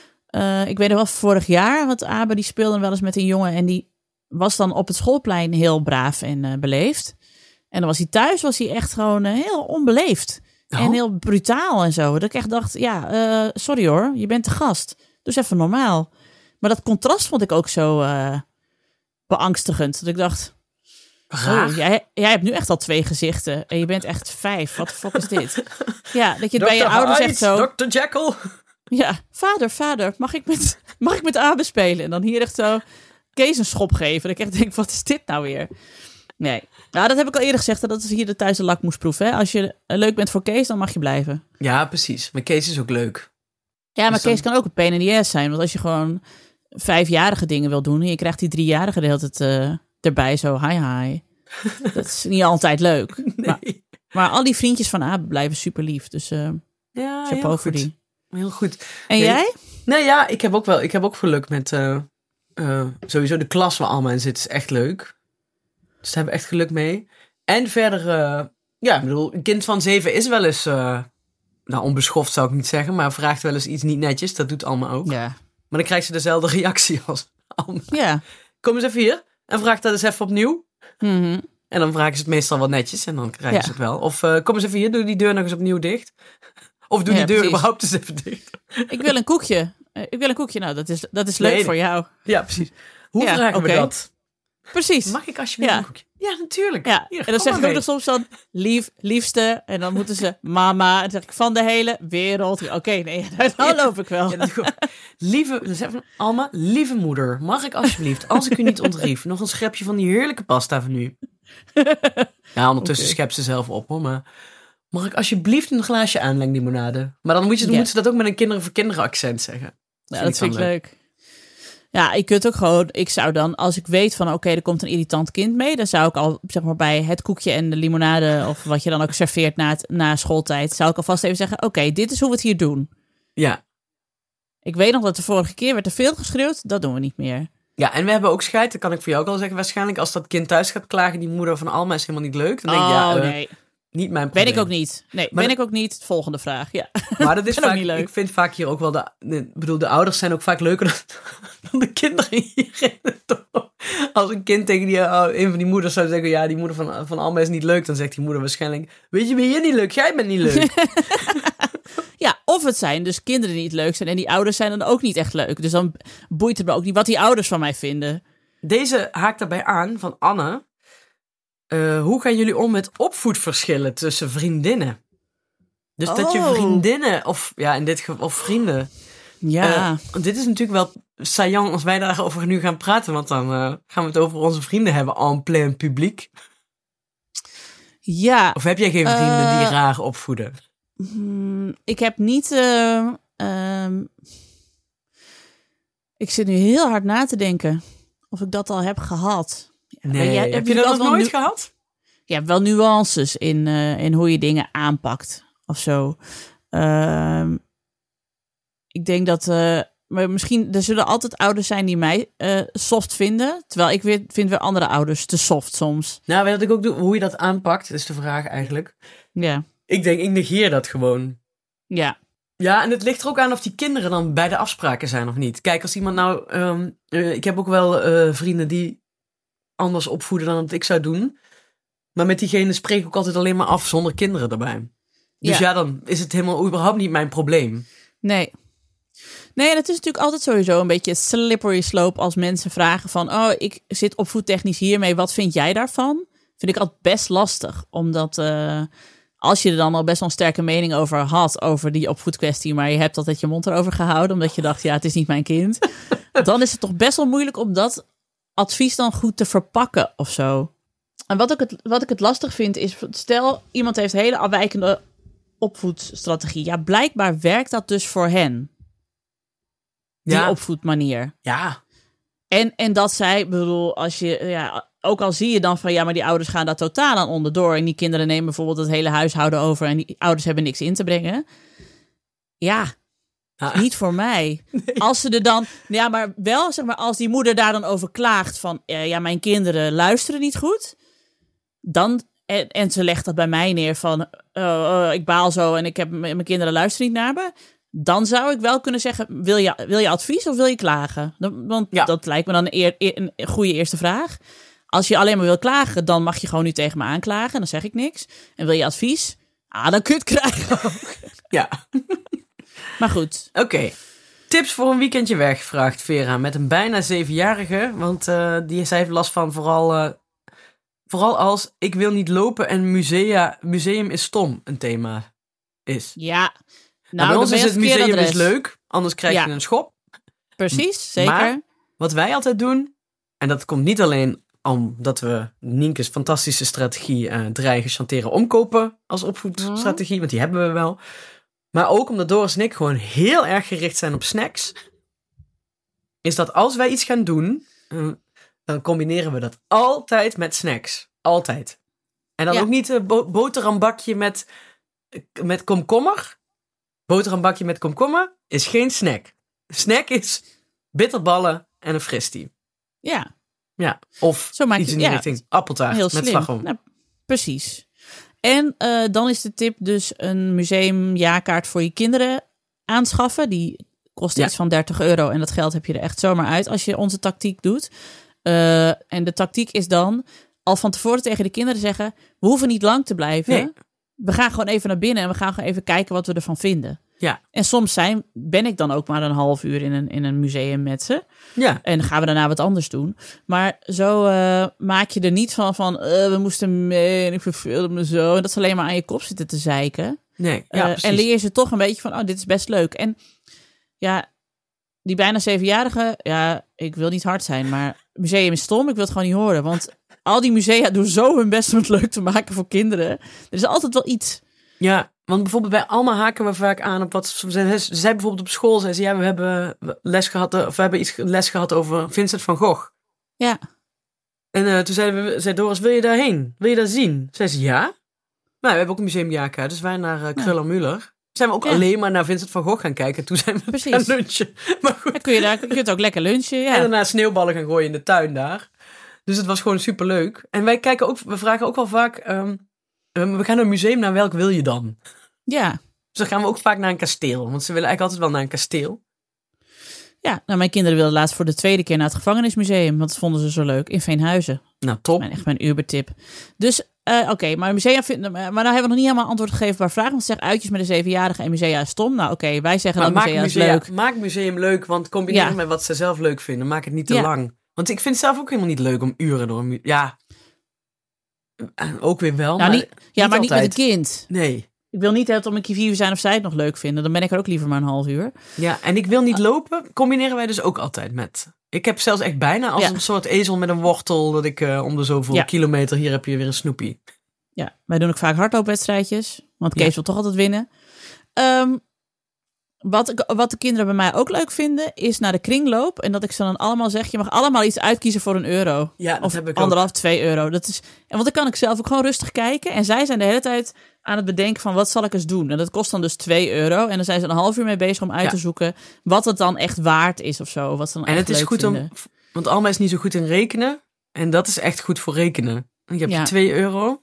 S2: Ik weet nog wel vorig jaar, want Abe die speelde wel eens met een jongen en die was dan op het schoolplein heel braaf en beleefd. En dan was hij thuis, was hij echt gewoon heel onbeleefd. Oh. En heel brutaal en zo. Dat ik echt dacht, sorry hoor, je bent de gast. Dus even normaal. Maar dat contrast vond ik ook zo beangstigend. Dat ik dacht, jij hebt nu echt al 2 gezichten. En je bent echt 5. Wat de fuck is dit? Ja, dat je het bij je ouders echt zo...
S3: Dr. Jekyll.
S2: Ja, vader, mag ik met Abe spelen? En dan hier echt zo Kees een schop geven. Dat ik echt denk, wat is dit nou weer? Nee. Nou, dat heb ik al eerder gezegd. Dat is hier thuis de lakmoesproef. Hè? Als je leuk bent voor Kees, dan mag je blijven.
S3: Ja, precies. Maar Kees is ook leuk.
S2: Ja, maar dus Kees kan ook een pain in the ass zijn. Want als je gewoon 5-jarige dingen wil doen... en je krijgt die 3-jarige de hele tijd erbij zo hi. Dat is niet altijd leuk. Nee. Maar al die vriendjes van Abe blijven super lief. Dus chapeau voor die.
S3: Heel goed.
S2: En jij?
S3: Nee, ja, ik heb ook geluk met sowieso de klas waar allemaal in zit. Is echt leuk. Dus daar hebben we echt geluk mee. En verder, ik bedoel, een kind van 7 is wel eens, onbeschoft zou ik niet zeggen, maar vraagt wel eens iets niet netjes. Dat doet Alma ook.
S2: Ja.
S3: Maar dan krijgt ze dezelfde reactie als Alma.
S2: Ja.
S3: Kom eens even hier en vraag dat eens even opnieuw.
S2: Mm-hmm.
S3: En dan vragen ze het meestal wel netjes en dan krijgen ze het wel. Of kom eens even hier, doe die deur nog eens opnieuw dicht. Of doe die deur überhaupt eens even dicht.
S2: Ik wil een koekje. Nou, dat is leuk voor jou.
S3: Ja, precies. Hoe vragen we dat?
S2: Precies.
S3: Mag ik alsjeblieft een koekje? Ja, natuurlijk.
S2: Ja. Hier, en dan zeg ik ook nog soms dan liefste. En dan moeten ze mama. En dan zeg ik van de hele wereld. Oké, nee, dan loop ik wel. Ja,
S3: Alma, lieve moeder, mag ik alsjeblieft, als ik u niet ontrief, nog een schepje van die heerlijke pasta van u? Ja, ondertussen schept ze zelf op hoor, maar mag ik alsjeblieft een glaasje aanlenglimonade? Maar dan moet ze dat ook met een kinderen voor kinderen accent zeggen.
S2: Dat vind ik leuk. Ja, ik kunt ook gewoon... Ik zou dan, als ik weet van... Oké, er komt een irritant kind mee... dan zou ik al, zeg maar, bij het koekje en de limonade... of wat je dan ook serveert na schooltijd... zou ik alvast even zeggen... Oké, dit is hoe we het hier doen.
S3: Ja.
S2: Ik weet nog dat de vorige keer werd er veel geschreeuwd. Dat doen we niet meer.
S3: Ja, en we hebben ook scheid. Dat kan ik voor jou ook al zeggen. Waarschijnlijk als dat kind thuis gaat klagen... die moeder van Alma is helemaal niet leuk. Dan denk ik,
S2: nee.
S3: Niet mijn probleem.
S2: Ben ik ook niet. Nee, maar ben ik ook niet. Volgende vraag, ja.
S3: Maar dat is vaak niet leuk. Ik vind vaak hier ook wel... de ouders zijn ook vaak leuker dan de kinderen hier in het dorp. als een kind tegen een van die moeders zou zeggen... ja, die moeder van Alma is niet leuk... dan zegt die moeder waarschijnlijk... weet je, ben je niet leuk? Jij bent niet leuk.
S2: Ja, of het zijn dus kinderen die niet leuk zijn... en die ouders zijn dan ook niet echt leuk. Dus dan boeit het me ook niet wat die ouders van mij vinden.
S3: Deze haakt daarbij aan van Anne. Hoe gaan jullie om met opvoedverschillen tussen vriendinnen? Dus dat je vriendinnen, of ja, in dit geval, of vrienden...
S2: Ja.
S3: Dit is natuurlijk wel saillant als wij daarover nu gaan praten... want dan gaan we het over onze vrienden hebben en plein publiek.
S2: Ja.
S3: Of heb jij geen vrienden die raar opvoeden?
S2: Ik heb niet... ik zit nu heel hard na te denken of ik dat al heb gehad.
S3: Nee, heb je dat nog nooit gehad?
S2: Je hebt wel nuances in hoe je dingen aanpakt of zo. Ik denk dat... maar misschien, er zullen altijd ouders zijn die mij soft vinden. Terwijl ik vind weer andere ouders te soft soms.
S3: Nou, wat ik ook doe, hoe je dat aanpakt, is de vraag eigenlijk.
S2: Ja.
S3: Ik denk, ik negeer dat gewoon.
S2: Ja.
S3: Ja, en het ligt er ook aan of die kinderen dan bij de afspraken zijn of niet. Kijk, als iemand nou... ik heb ook wel vrienden die anders opvoeden dan dat ik zou doen. Maar met diegene spreek ik ook altijd alleen maar af zonder kinderen erbij. Dus ja, dan is het helemaal überhaupt niet mijn probleem.
S2: Nee, en het is natuurlijk altijd sowieso een beetje slippery slope als mensen vragen van... oh, ik zit opvoedtechnisch hiermee, wat vind jij daarvan? Vind ik altijd best lastig, omdat als je er dan al best wel een sterke mening over had... over die opvoedkwestie, maar je hebt altijd je mond erover gehouden... omdat je dacht, ja, het is niet mijn kind... dan is het toch best wel moeilijk om dat advies dan goed te verpakken of zo. En wat ik het lastig vind is, stel iemand heeft hele afwijkende opvoedstrategie. Ja, blijkbaar werkt dat dus voor hen. Die opvoedmanier.
S3: Ja.
S2: En dat zij, bedoel, als je, ja, ook al zie je dan van, ja, maar die ouders gaan daar totaal aan onderdoor. En die kinderen nemen bijvoorbeeld het hele huishouden over en die ouders hebben niks in te brengen. Ja, niet voor mij. Nee. Als ze er dan, ja, maar wel, zeg maar, als die moeder daar dan over klaagt van, ja, mijn kinderen luisteren niet goed. Dan, en ze legt dat bij mij neer van, ik baal zo en ik heb mijn kinderen luisteren niet naar me. Dan zou ik wel kunnen zeggen, wil je advies of wil je klagen? Want dat lijkt me dan een goede eerste vraag. Als je alleen maar wil klagen, dan mag je gewoon nu tegen me aanklagen. Dan zeg ik niks. En wil je advies? Dan kun je het krijgen ook.
S3: Ja.
S2: Maar goed.
S3: Oké. Tips voor een weekendje weg, vraagt Vera. Met een bijna 7-jarige. Want zij heeft last van vooral als ik wil niet lopen en museum is stom een thema is.
S2: Ja.
S3: Nou, bij ons is het museum is leuk, anders krijg je een schop.
S2: Precies, zeker.
S3: Maar wat wij altijd doen, en dat komt niet alleen omdat we Nienke's fantastische strategie dreigen, chanteren, omkopen als opvoedstrategie, want die hebben we wel. Maar ook omdat Doris en ik gewoon heel erg gericht zijn op snacks, is dat als wij iets gaan doen, dan combineren we dat altijd met snacks. Altijd. En dan ook niet een boterhambakje met komkommer. Boterhambakje met komkommer is geen snack. Snack is bitterballen en een fristie.
S2: Ja.
S3: Ja, of iets in die richting. Appeltaart met slagroom.
S2: Nou, precies. En dan is de tip dus een museumjaarkaart voor je kinderen aanschaffen. Die kost iets van €30 en dat geld heb je er echt zomaar uit als je onze tactiek doet. En de tactiek is dan al van tevoren tegen de kinderen zeggen, we hoeven niet lang te blijven. Nee. We gaan gewoon even naar binnen en we gaan gewoon even kijken wat we ervan vinden. Ja. En soms ben ik dan ook maar een half uur in een museum met ze. Ja. En dan gaan we daarna wat anders doen. Maar zo maak je er niet van we moesten mee en ik verveelde me zo. En dat ze alleen maar aan je kop zitten te zeiken. Nee, en leer ze toch een beetje van, dit is best leuk. En ja, die bijna 7-jarige, ik wil niet hard zijn, maar museum is stom. Ik wil het gewoon niet horen, want al die musea doen zo hun best om het leuk te maken voor kinderen. Er is altijd wel iets. Ja, want bijvoorbeeld bij Alma haken we vaak aan op wat ze zei bijvoorbeeld op school. Zei ze, we hebben les gehad, of we hebben iets les gehad over Vincent van Gogh. Ja. En toen zei Doris, wil je daarheen? Wil je dat zien? Zei ze, ja. Nou, we hebben ook een museumjaarkaart, dus wij naar Kruller-Müller. Zijn we ook alleen maar naar Vincent van Gogh gaan kijken. Toen zijn we gaan lunchen. Maar goed. Dan kun je ook lekker lunchen, ja. En daarna sneeuwballen gaan gooien in de tuin daar. Dus het was gewoon superleuk. En we vragen ook wel vaak, we gaan naar een museum, naar welk wil je dan? Ja. Dus dan gaan we ook vaak naar een kasteel. Want ze willen eigenlijk altijd wel naar een kasteel. Ja, nou, mijn kinderen wilden laatst voor de 2e keer naar het gevangenismuseum. Want dat vonden ze zo leuk. In Veenhuizen.
S3: Nou, top.
S2: Echt mijn Uber-tip. Dus, oké, maar musea vinden... Maar nou hebben we nog niet helemaal antwoord gegeven op haar vraag. Want ze zegt uitjes met een 7-jarige en musea is stom. Nou, oké, wij zeggen dat musea is leuk.
S3: Maak museum leuk, want combineer het met wat ze zelf leuk vinden. Maak het niet te lang. Want ik vind het zelf ook helemaal niet leuk om uren door... Ja, ook weer wel,
S2: nou, maar niet met een
S3: altijd.
S2: kind.
S3: Nee.
S2: Ik wil niet dat om een keer 4 uur zijn of zij het nog leuk vinden. Dan ben ik er ook liever maar een half uur.
S3: Ja, en ik wil niet lopen, combineren wij dus ook altijd met. Ik heb zelfs echt bijna als een soort ezel met een wortel, dat ik om de zoveel kilometer, hier heb je weer een snoepie.
S2: Ja, wij doen ook vaak hardloopwedstrijdjes, want Kees wil toch altijd winnen. Wat de kinderen bij mij ook leuk vinden, is naar de kringloop. En dat ik ze dan allemaal zeg, je mag allemaal iets uitkiezen voor €1.
S3: Ja, dat
S2: of
S3: heb ik ook.
S2: €1,5, €2. Dat is, en want dan kan ik zelf ook gewoon rustig kijken. En zij zijn de hele tijd aan het bedenken van, wat zal ik eens doen? En dat kost dan dus €2. En dan zijn ze een half uur mee bezig om uit te zoeken wat het dan echt waard is of zo. Wat ze dan
S3: en
S2: echt
S3: het is
S2: leuk
S3: goed
S2: vinden.
S3: want Alma is niet zo goed in rekenen. En dat is echt goed voor rekenen. Ik heb €2.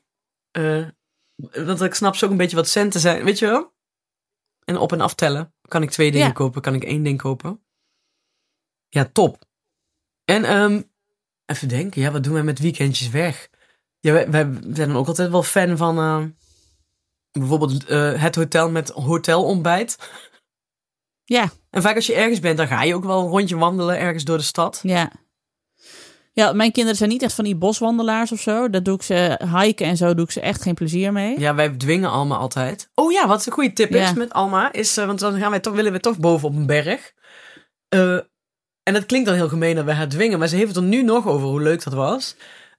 S3: Want ik snap zo ook een beetje wat centen zijn, weet je wel? En op- en aftellen. Kan ik 2 dingen kopen? Kan ik 1 ding kopen? Ja, top. En even denken, wat doen wij met weekendjes weg? Ja, wij zijn dan ook altijd wel fan van bijvoorbeeld het hotel met hotelontbijt.
S2: Ja.
S3: En vaak als je ergens bent, dan ga je ook wel een rondje wandelen ergens door de stad.
S2: Ja. Ja, mijn kinderen zijn niet echt van die boswandelaars of zo. Dat doe ik ze, hiken en zo doe ik ze echt geen plezier mee.
S3: Ja, wij dwingen Alma altijd. Oh ja, wat een goede tip is met Alma, is, want dan willen we toch boven op een berg. En dat klinkt dan heel gemeen dat wij haar dwingen, maar ze heeft het er nu nog over hoe leuk dat was.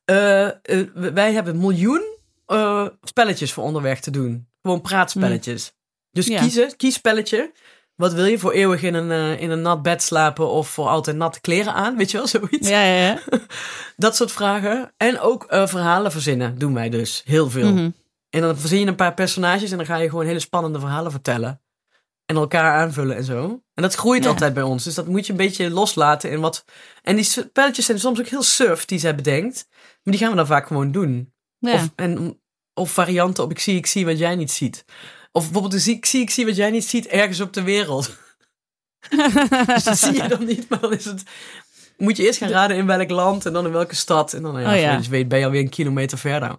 S3: Wij hebben 1 miljoen spelletjes voor onderweg te doen. Gewoon praatspelletjes. Dus kies spelletje. Wat wil je, voor eeuwig in een nat bed slapen of voor altijd natte kleren aan? Weet je wel, zoiets?
S2: Ja.
S3: Dat soort vragen. En ook verhalen verzinnen doen wij dus. Heel veel.
S2: Mm-hmm. En
S3: dan verzin je een paar personages en dan ga je gewoon hele spannende verhalen vertellen. En elkaar aanvullen en zo. En dat groeit altijd bij ons. Dus dat moet je een beetje loslaten in wat... En die spelletjes zijn soms ook heel surf die zij bedenkt. Maar die gaan we dan vaak gewoon doen.
S2: Ja.
S3: Of varianten op ik zie wat jij niet ziet. Of bijvoorbeeld ik zie wat jij niet ziet ergens op de wereld. Dus dat zie je dan niet, maar dan is het... Moet je eerst gaan raden in welk land en dan in welke stad. En dan, dus ben je alweer 1 kilometer verder.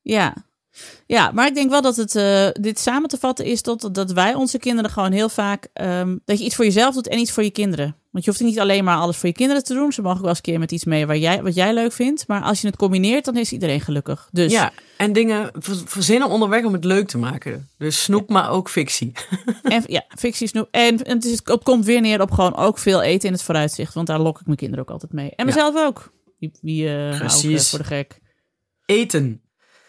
S2: Ja, maar ik denk wel dat het dit samen te vatten is dat wij onze kinderen gewoon heel vaak... dat je iets voor jezelf doet en iets voor je kinderen. Want je hoeft niet alleen maar alles voor je kinderen te doen. Ze mogen ook wel eens een keer met iets mee wat jij leuk vindt. Maar als je het combineert, dan is iedereen gelukkig. Dus...
S3: Ja, en dingen verzinnen onderweg om het leuk te maken. Dus snoep, maar ook fictie.
S2: Fictie, snoep. En het komt weer neer op gewoon ook veel eten in het vooruitzicht. Want daar lok ik mijn kinderen ook altijd mee. En mezelf ook. Wie hou ik voor de gek.
S3: Eten.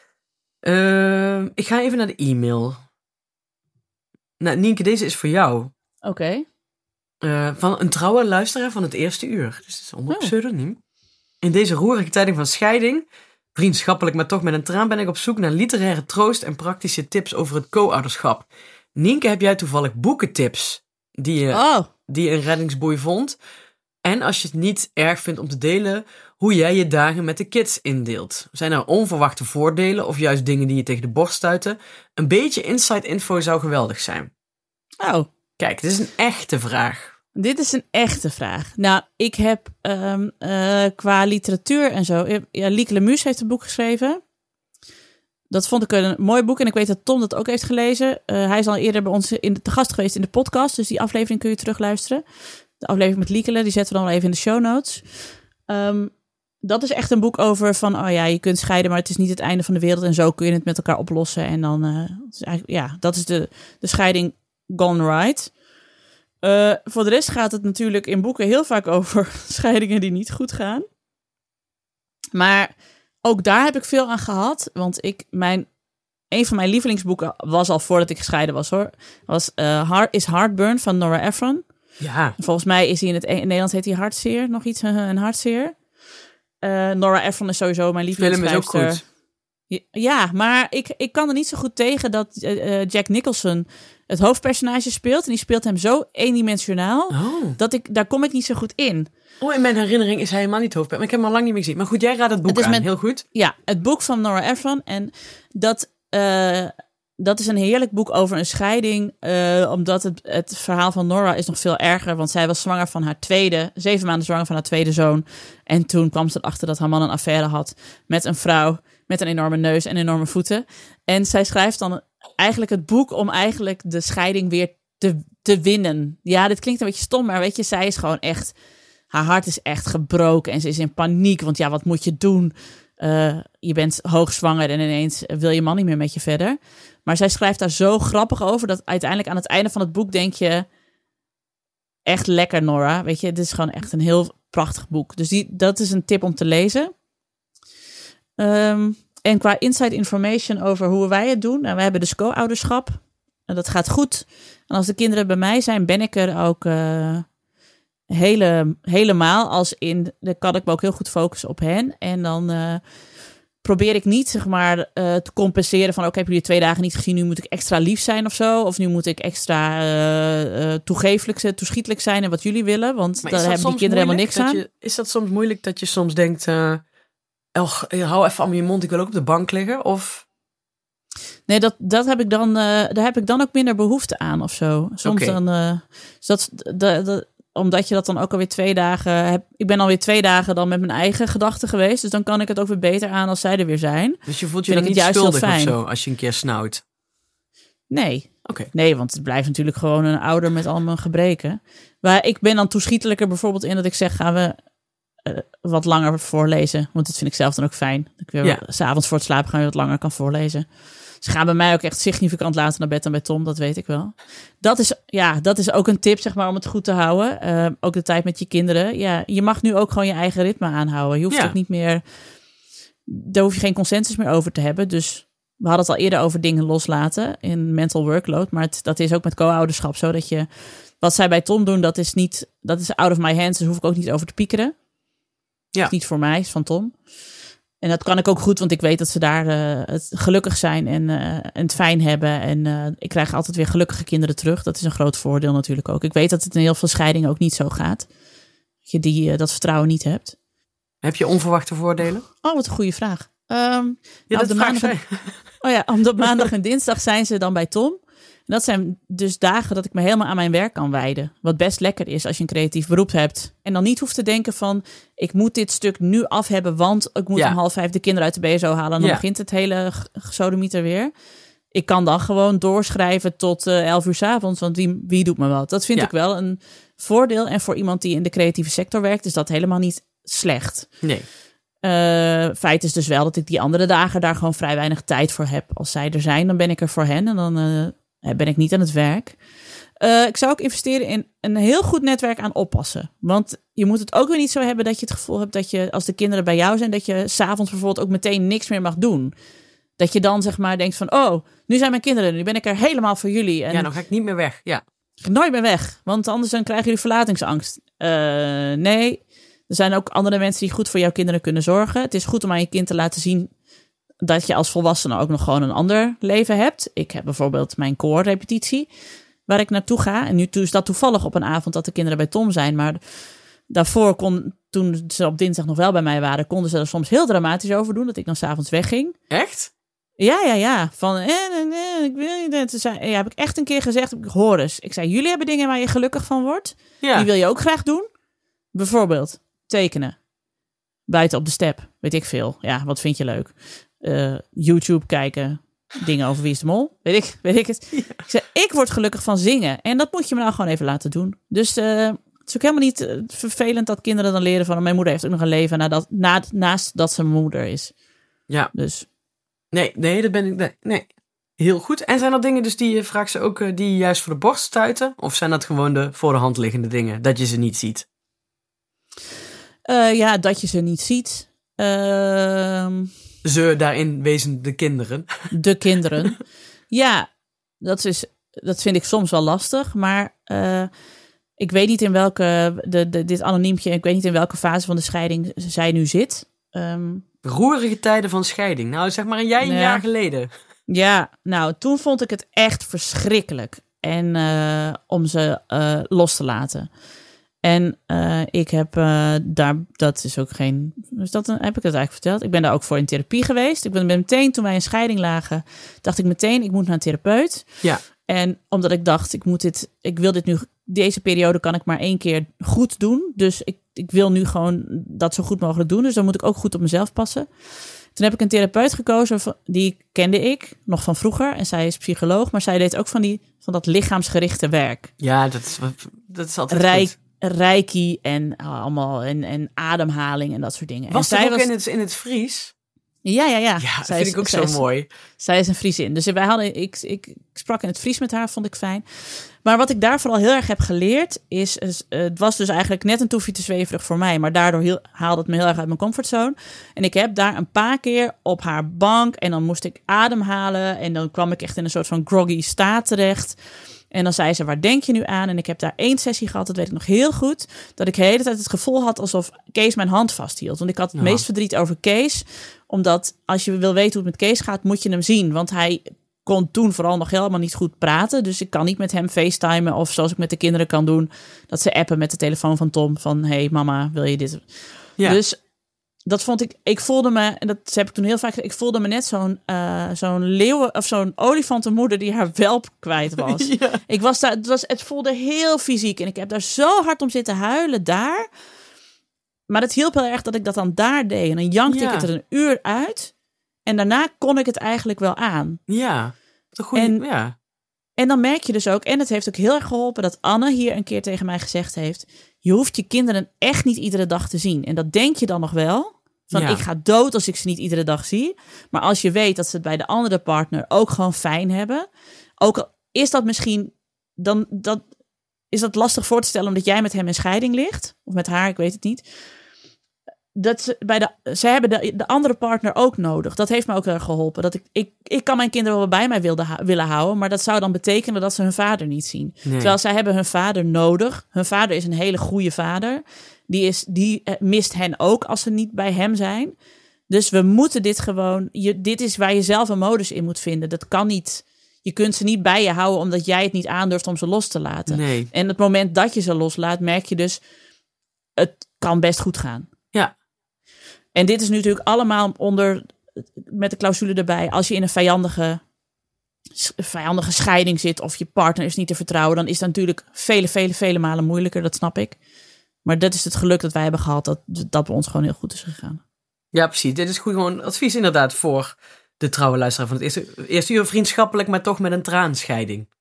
S3: Ik ga even naar de e-mail. Nou, Nienke, deze is voor jou.
S2: Oké.
S3: Van een trouwe luisteraar van het eerste uur. Dus het is onder pseudoniem. In deze roerige tijding van scheiding, vriendschappelijk maar toch met een traan, ben ik op zoek naar literaire troost en praktische tips over het co-ouderschap. Nienke, heb jij toevallig boekentips die je in Reddingsboei vond? En als je het niet erg vindt om te delen, hoe jij je dagen met de kids indeelt. Zijn er onverwachte voordelen of juist dingen die je tegen de borst stuiten? Een beetje inside info zou geweldig zijn.
S2: Oh.
S3: Kijk, dit is een echte vraag.
S2: Dit is een echte vraag. Nou, ik heb qua literatuur en zo... Lieke Lemus heeft een boek geschreven. Dat vond ik een mooi boek. En ik weet dat Tom dat ook heeft gelezen. Hij is al eerder bij ons te gast geweest in de podcast. Dus die aflevering kun je terugluisteren. De aflevering met Lieke, die zetten we dan wel even in de show notes. Dat is echt een boek over van... je kunt scheiden, maar het is niet het einde van de wereld. En zo kun je het met elkaar oplossen. En dan... dat is de scheiding gone right. Voor de rest gaat het natuurlijk in boeken heel vaak over scheidingen die niet goed gaan. Maar ook daar heb ik veel aan gehad. Want een van mijn lievelingsboeken was al voordat ik gescheiden was hoor. Is Heartburn van Nora Ephron. Ja. Volgens mij is hij in Nederlands heet hij Hartzeer. Nog iets, een Hartzeer. Nora Ephron is sowieso mijn lievelingsschrijfster.
S3: Film is ook goed.
S2: Ja, maar ik kan er niet zo goed tegen dat Jack Nicholson het hoofdpersonage speelt. En die speelt hem zo eendimensionaal. Daar kom ik niet zo goed in.
S3: In mijn herinnering is hij helemaal niet hoofdpersonage. Maar ik heb hem al lang niet meer gezien. Maar goed, jij raadt het boek aan. Heel goed.
S2: Ja, het boek van Nora Ephron. En dat is een heerlijk boek over een scheiding. Omdat het verhaal van Nora is nog veel erger. Want zij was zwanger van 7 maanden zwanger van haar tweede zoon. En toen kwam ze erachter dat haar man een affaire had met een vrouw met een enorme neus en enorme voeten. En zij schrijft dan eigenlijk het boek om eigenlijk de scheiding weer te winnen. Ja, dit klinkt een beetje stom, maar weet je, zij is gewoon echt... Haar hart is echt gebroken en ze is in paniek. Want ja, wat moet je doen? Je bent hoogzwanger en ineens wil je man niet meer met je verder. Maar zij schrijft daar zo grappig over dat uiteindelijk aan het einde van het boek denk je... Echt lekker, Nora. Weet je, dit is gewoon echt een heel prachtig boek. Dus dat is een tip om te lezen. En qua inside information over hoe wij het doen. Nou, wij hebben dus co-ouderschap. En dat gaat goed. En als de kinderen bij mij zijn, ben ik er ook helemaal. Als in, dan kan ik me ook heel goed focussen op hen. En dan probeer ik niet, zeg maar, te compenseren van... Oké, heb jullie 2 dagen niet gezien, nu moet ik extra lief zijn of zo. Of nu moet ik extra toeschietelijk zijn en wat jullie willen. Want daar hebben die kinderen helemaal niks aan.
S3: Is dat soms moeilijk dat je soms denkt... hou even aan je mond, ik wil ook op de bank liggen, of...
S2: Nee, daar heb ik dan ook minder behoefte aan of zo. Soms dan... omdat je dat dan ook alweer 2 dagen hebt. Ik ben alweer 2 dagen dan met mijn eigen gedachten geweest. Dus dan kan ik het ook weer beter aan als zij er weer zijn.
S3: Dus je voelt je dan niet schuldig of zo als je een keer snauwt?
S2: Nee. Nee, want het blijft natuurlijk gewoon een ouder met al mijn gebreken. Maar ik ben dan toeschietelijker bijvoorbeeld in dat ik zeg... gaan we wat langer voorlezen. Want dat vind ik zelf dan ook fijn. Dat ik weer 's avonds voor het slapen gaan wat langer kan voorlezen. Ze gaan bij mij ook echt significant later naar bed dan bij Tom, dat weet ik wel. Dat is ook een tip, zeg maar, om het goed te houden. Ook de tijd met je kinderen. Ja, je mag nu ook gewoon je eigen ritme aanhouden. Je hoeft ook niet meer... Daar hoef je geen consensus meer over te hebben. Dus we hadden het al eerder over dingen loslaten in mental workload. Maar dat is ook met co-ouderschap zo dat je... Wat zij bij Tom doen, dat is out of my hands. Dus daar hoef ik ook niet over te piekeren. Ja. Dat is niet voor mij, is van Tom. En dat kan ik ook goed, want ik weet dat ze daar gelukkig zijn en het fijn hebben. En ik krijg altijd weer gelukkige kinderen terug. Dat is een groot voordeel natuurlijk ook. Ik weet dat het in heel veel scheidingen ook niet zo gaat. Dat je dat vertrouwen niet hebt.
S3: Heb je onverwachte voordelen?
S2: Oh, wat een goede vraag. Op maandag en dinsdag zijn ze dan bij Tom. En dat zijn dus dagen dat ik me helemaal aan mijn werk kan wijden. Wat best lekker is als je een creatief beroep hebt. En dan niet hoeft te denken van... ik moet dit stuk nu af hebben... want ik moet om 4:30 de kinderen uit de BSO halen... en dan begint het hele gesodemieter weer. Ik kan dan gewoon doorschrijven tot 11 uur 's avonds... want wie doet me wat? Dat vind ik wel een voordeel. En voor iemand die in de creatieve sector werkt... is dat helemaal niet slecht.
S3: Nee.
S2: Feit is dus wel dat ik die andere dagen... daar gewoon vrij weinig tijd voor heb. Als zij er zijn, dan ben ik er voor hen... en dan... ben ik niet aan het werk. Ik zou ook investeren in een heel goed netwerk aan oppassen. Want je moet het ook weer niet zo hebben dat je het gevoel hebt dat je, als de kinderen bij jou zijn, dat je 's avonds bijvoorbeeld ook meteen niks meer mag doen. Dat je dan zeg maar denkt van, oh, nu zijn mijn kinderen, nu ben ik er helemaal voor jullie. En
S3: dan ga ik niet meer weg. Ja.
S2: Ik ga nooit meer weg, want anders dan krijgen jullie verlatingsangst. Nee, er zijn ook andere mensen die goed voor jouw kinderen kunnen zorgen. Het is goed om aan je kind te laten zien dat je als volwassene ook nog gewoon een ander leven hebt. Ik heb bijvoorbeeld mijn koorrepetitie waar ik naartoe ga. En nu is dat toevallig op een avond dat de kinderen bij Tom zijn. Maar daarvoor toen ze op dinsdag nog wel bij mij waren, konden ze er soms heel dramatisch over doen dat ik dan 's avonds wegging.
S3: Echt?
S2: Ja. Van, ik wil niet. Toen heb ik echt een keer gezegd, hoor eens. Ik zei, jullie hebben dingen waar je gelukkig van wordt. Ja. Die wil je ook graag doen. Bijvoorbeeld tekenen. Buiten op de step. Weet ik veel. Ja, wat vind je leuk? YouTube kijken. Dingen over Wie is de Mol. Weet ik het. Ja. Ik zei, ik word gelukkig van zingen. En dat moet je me nou gewoon even laten doen. Dus het is ook helemaal niet vervelend dat kinderen dan leren van, mijn moeder heeft ook nog een leven naast dat ze mijn moeder is. Ja. Dus.
S3: Nee, dat ben ik. Nee. Heel goed. En zijn er dingen dus die je vraagt ze ook die juist voor de borst stuiten? Of zijn dat gewoon de voor de hand liggende dingen? Dat je ze niet ziet?
S2: Dat je ze niet ziet.
S3: Ze daarin wezen de kinderen.
S2: De kinderen. Ja, dat vind ik soms wel lastig. Maar ik weet niet in welke, dit anoniempje, ik weet niet in welke fase van de scheiding zij nu zit.
S3: Roerige tijden van scheiding. Nou, zeg maar een jaar geleden.
S2: Ja, nou, toen vond ik het echt verschrikkelijk. En om ze los te laten. En ik heb dat is ook geen... Dus heb ik het eigenlijk verteld? Ik ben daar ook voor in therapie geweest. Ik ben meteen, toen wij in scheiding lagen, dacht ik meteen, ik moet naar een therapeut.
S3: Ja.
S2: En omdat ik dacht, ik wil dit nu, deze periode kan ik maar 1 keer goed doen. Dus ik wil nu gewoon dat zo goed mogelijk doen. Dus dan moet ik ook goed op mezelf passen. Toen heb ik een therapeut gekozen, die kende ik nog van vroeger. En zij is psycholoog, maar zij deed ook van dat lichaamsgerichte werk.
S3: Ja, dat is altijd goed.
S2: Reiki en allemaal en ademhaling en dat soort dingen.
S3: Was
S2: en
S3: zij
S2: zij
S3: ook in het Fries?
S2: Ja.
S3: Ja, dat vind ik ook zo mooi.
S2: Zij is een Friesin. Dus ik sprak in het Fries met haar, vond ik fijn. Maar wat ik daar vooral heel erg heb geleerd is het was dus eigenlijk net een toefje te zweverig voor mij. Maar daardoor haalde het me heel erg uit mijn comfortzone. En ik heb daar een paar keer op haar bank en dan moest ik ademhalen. En dan kwam ik echt in een soort van groggy staat terecht. En dan zei ze, waar denk je nu aan? En ik heb daar 1 sessie gehad, dat weet ik nog heel goed. Dat ik de hele tijd het gevoel had alsof Kees mijn hand vasthield. Want ik had het meest verdriet over Kees. Omdat als je wil weten hoe het met Kees gaat, moet je hem zien. Want hij kon toen vooral nog helemaal niet goed praten. Dus ik kan niet met hem facetimen. Of zoals ik met de kinderen kan doen. Dat ze appen met de telefoon van Tom. Van, hey mama, wil je dit? Ja. Dus dat vond ik voelde me, en dat heb ik toen heel vaak gezegd, ik voelde me net zo'n leeuwen of zo'n olifantenmoeder die haar welp kwijt was. Ja. Ik was daar, het voelde heel fysiek en ik heb daar zo hard om zitten huilen daar. Maar het hielp heel erg dat ik dat dan daar deed. En dan jankte ik het er 1 uur uit. En daarna kon ik het eigenlijk wel aan.
S3: Ja,
S2: en dan merk je dus ook, en het heeft ook heel erg geholpen dat Anne hier een keer tegen mij gezegd heeft, je hoeft je kinderen echt niet iedere dag te zien. En dat denk je dan nog wel. Van ik ga dood als ik ze niet iedere dag zie. Maar als je weet dat ze het bij de andere partner ook gewoon fijn hebben. Ook al is dat misschien, dan is dat lastig voor te stellen omdat jij met hem in scheiding ligt. Of met haar, ik weet het niet. Ze hebben de andere partner ook nodig. Dat heeft me ook heel erg geholpen. Dat ik kan mijn kinderen wel bij mij willen houden. Maar dat zou dan betekenen dat ze hun vader niet zien. Nee. Terwijl zij hebben hun vader nodig. Hun vader is een hele goede vader. Die mist hen ook als ze niet bij hem zijn. Dus we moeten dit gewoon... Dit is waar je zelf een modus in moet vinden. Dat kan niet... Je kunt ze niet bij je houden omdat jij het niet aandurft om ze los te laten.
S3: Nee.
S2: En het moment dat je ze loslaat, merk je dus... Het kan best goed gaan.
S3: Ja.
S2: En dit is nu natuurlijk allemaal met de clausule erbij. Als je in een vijandige scheiding zit of je partner is niet te vertrouwen, dan is dat natuurlijk vele malen moeilijker. Dat snap ik. Maar dat is het geluk dat wij hebben gehad, dat bij ons gewoon heel goed is gegaan.
S3: Ja, precies. Dit is goed gewoon advies inderdaad voor de trouwe luisteraar van het eerste uur vriendschappelijk, maar toch met een traanscheiding.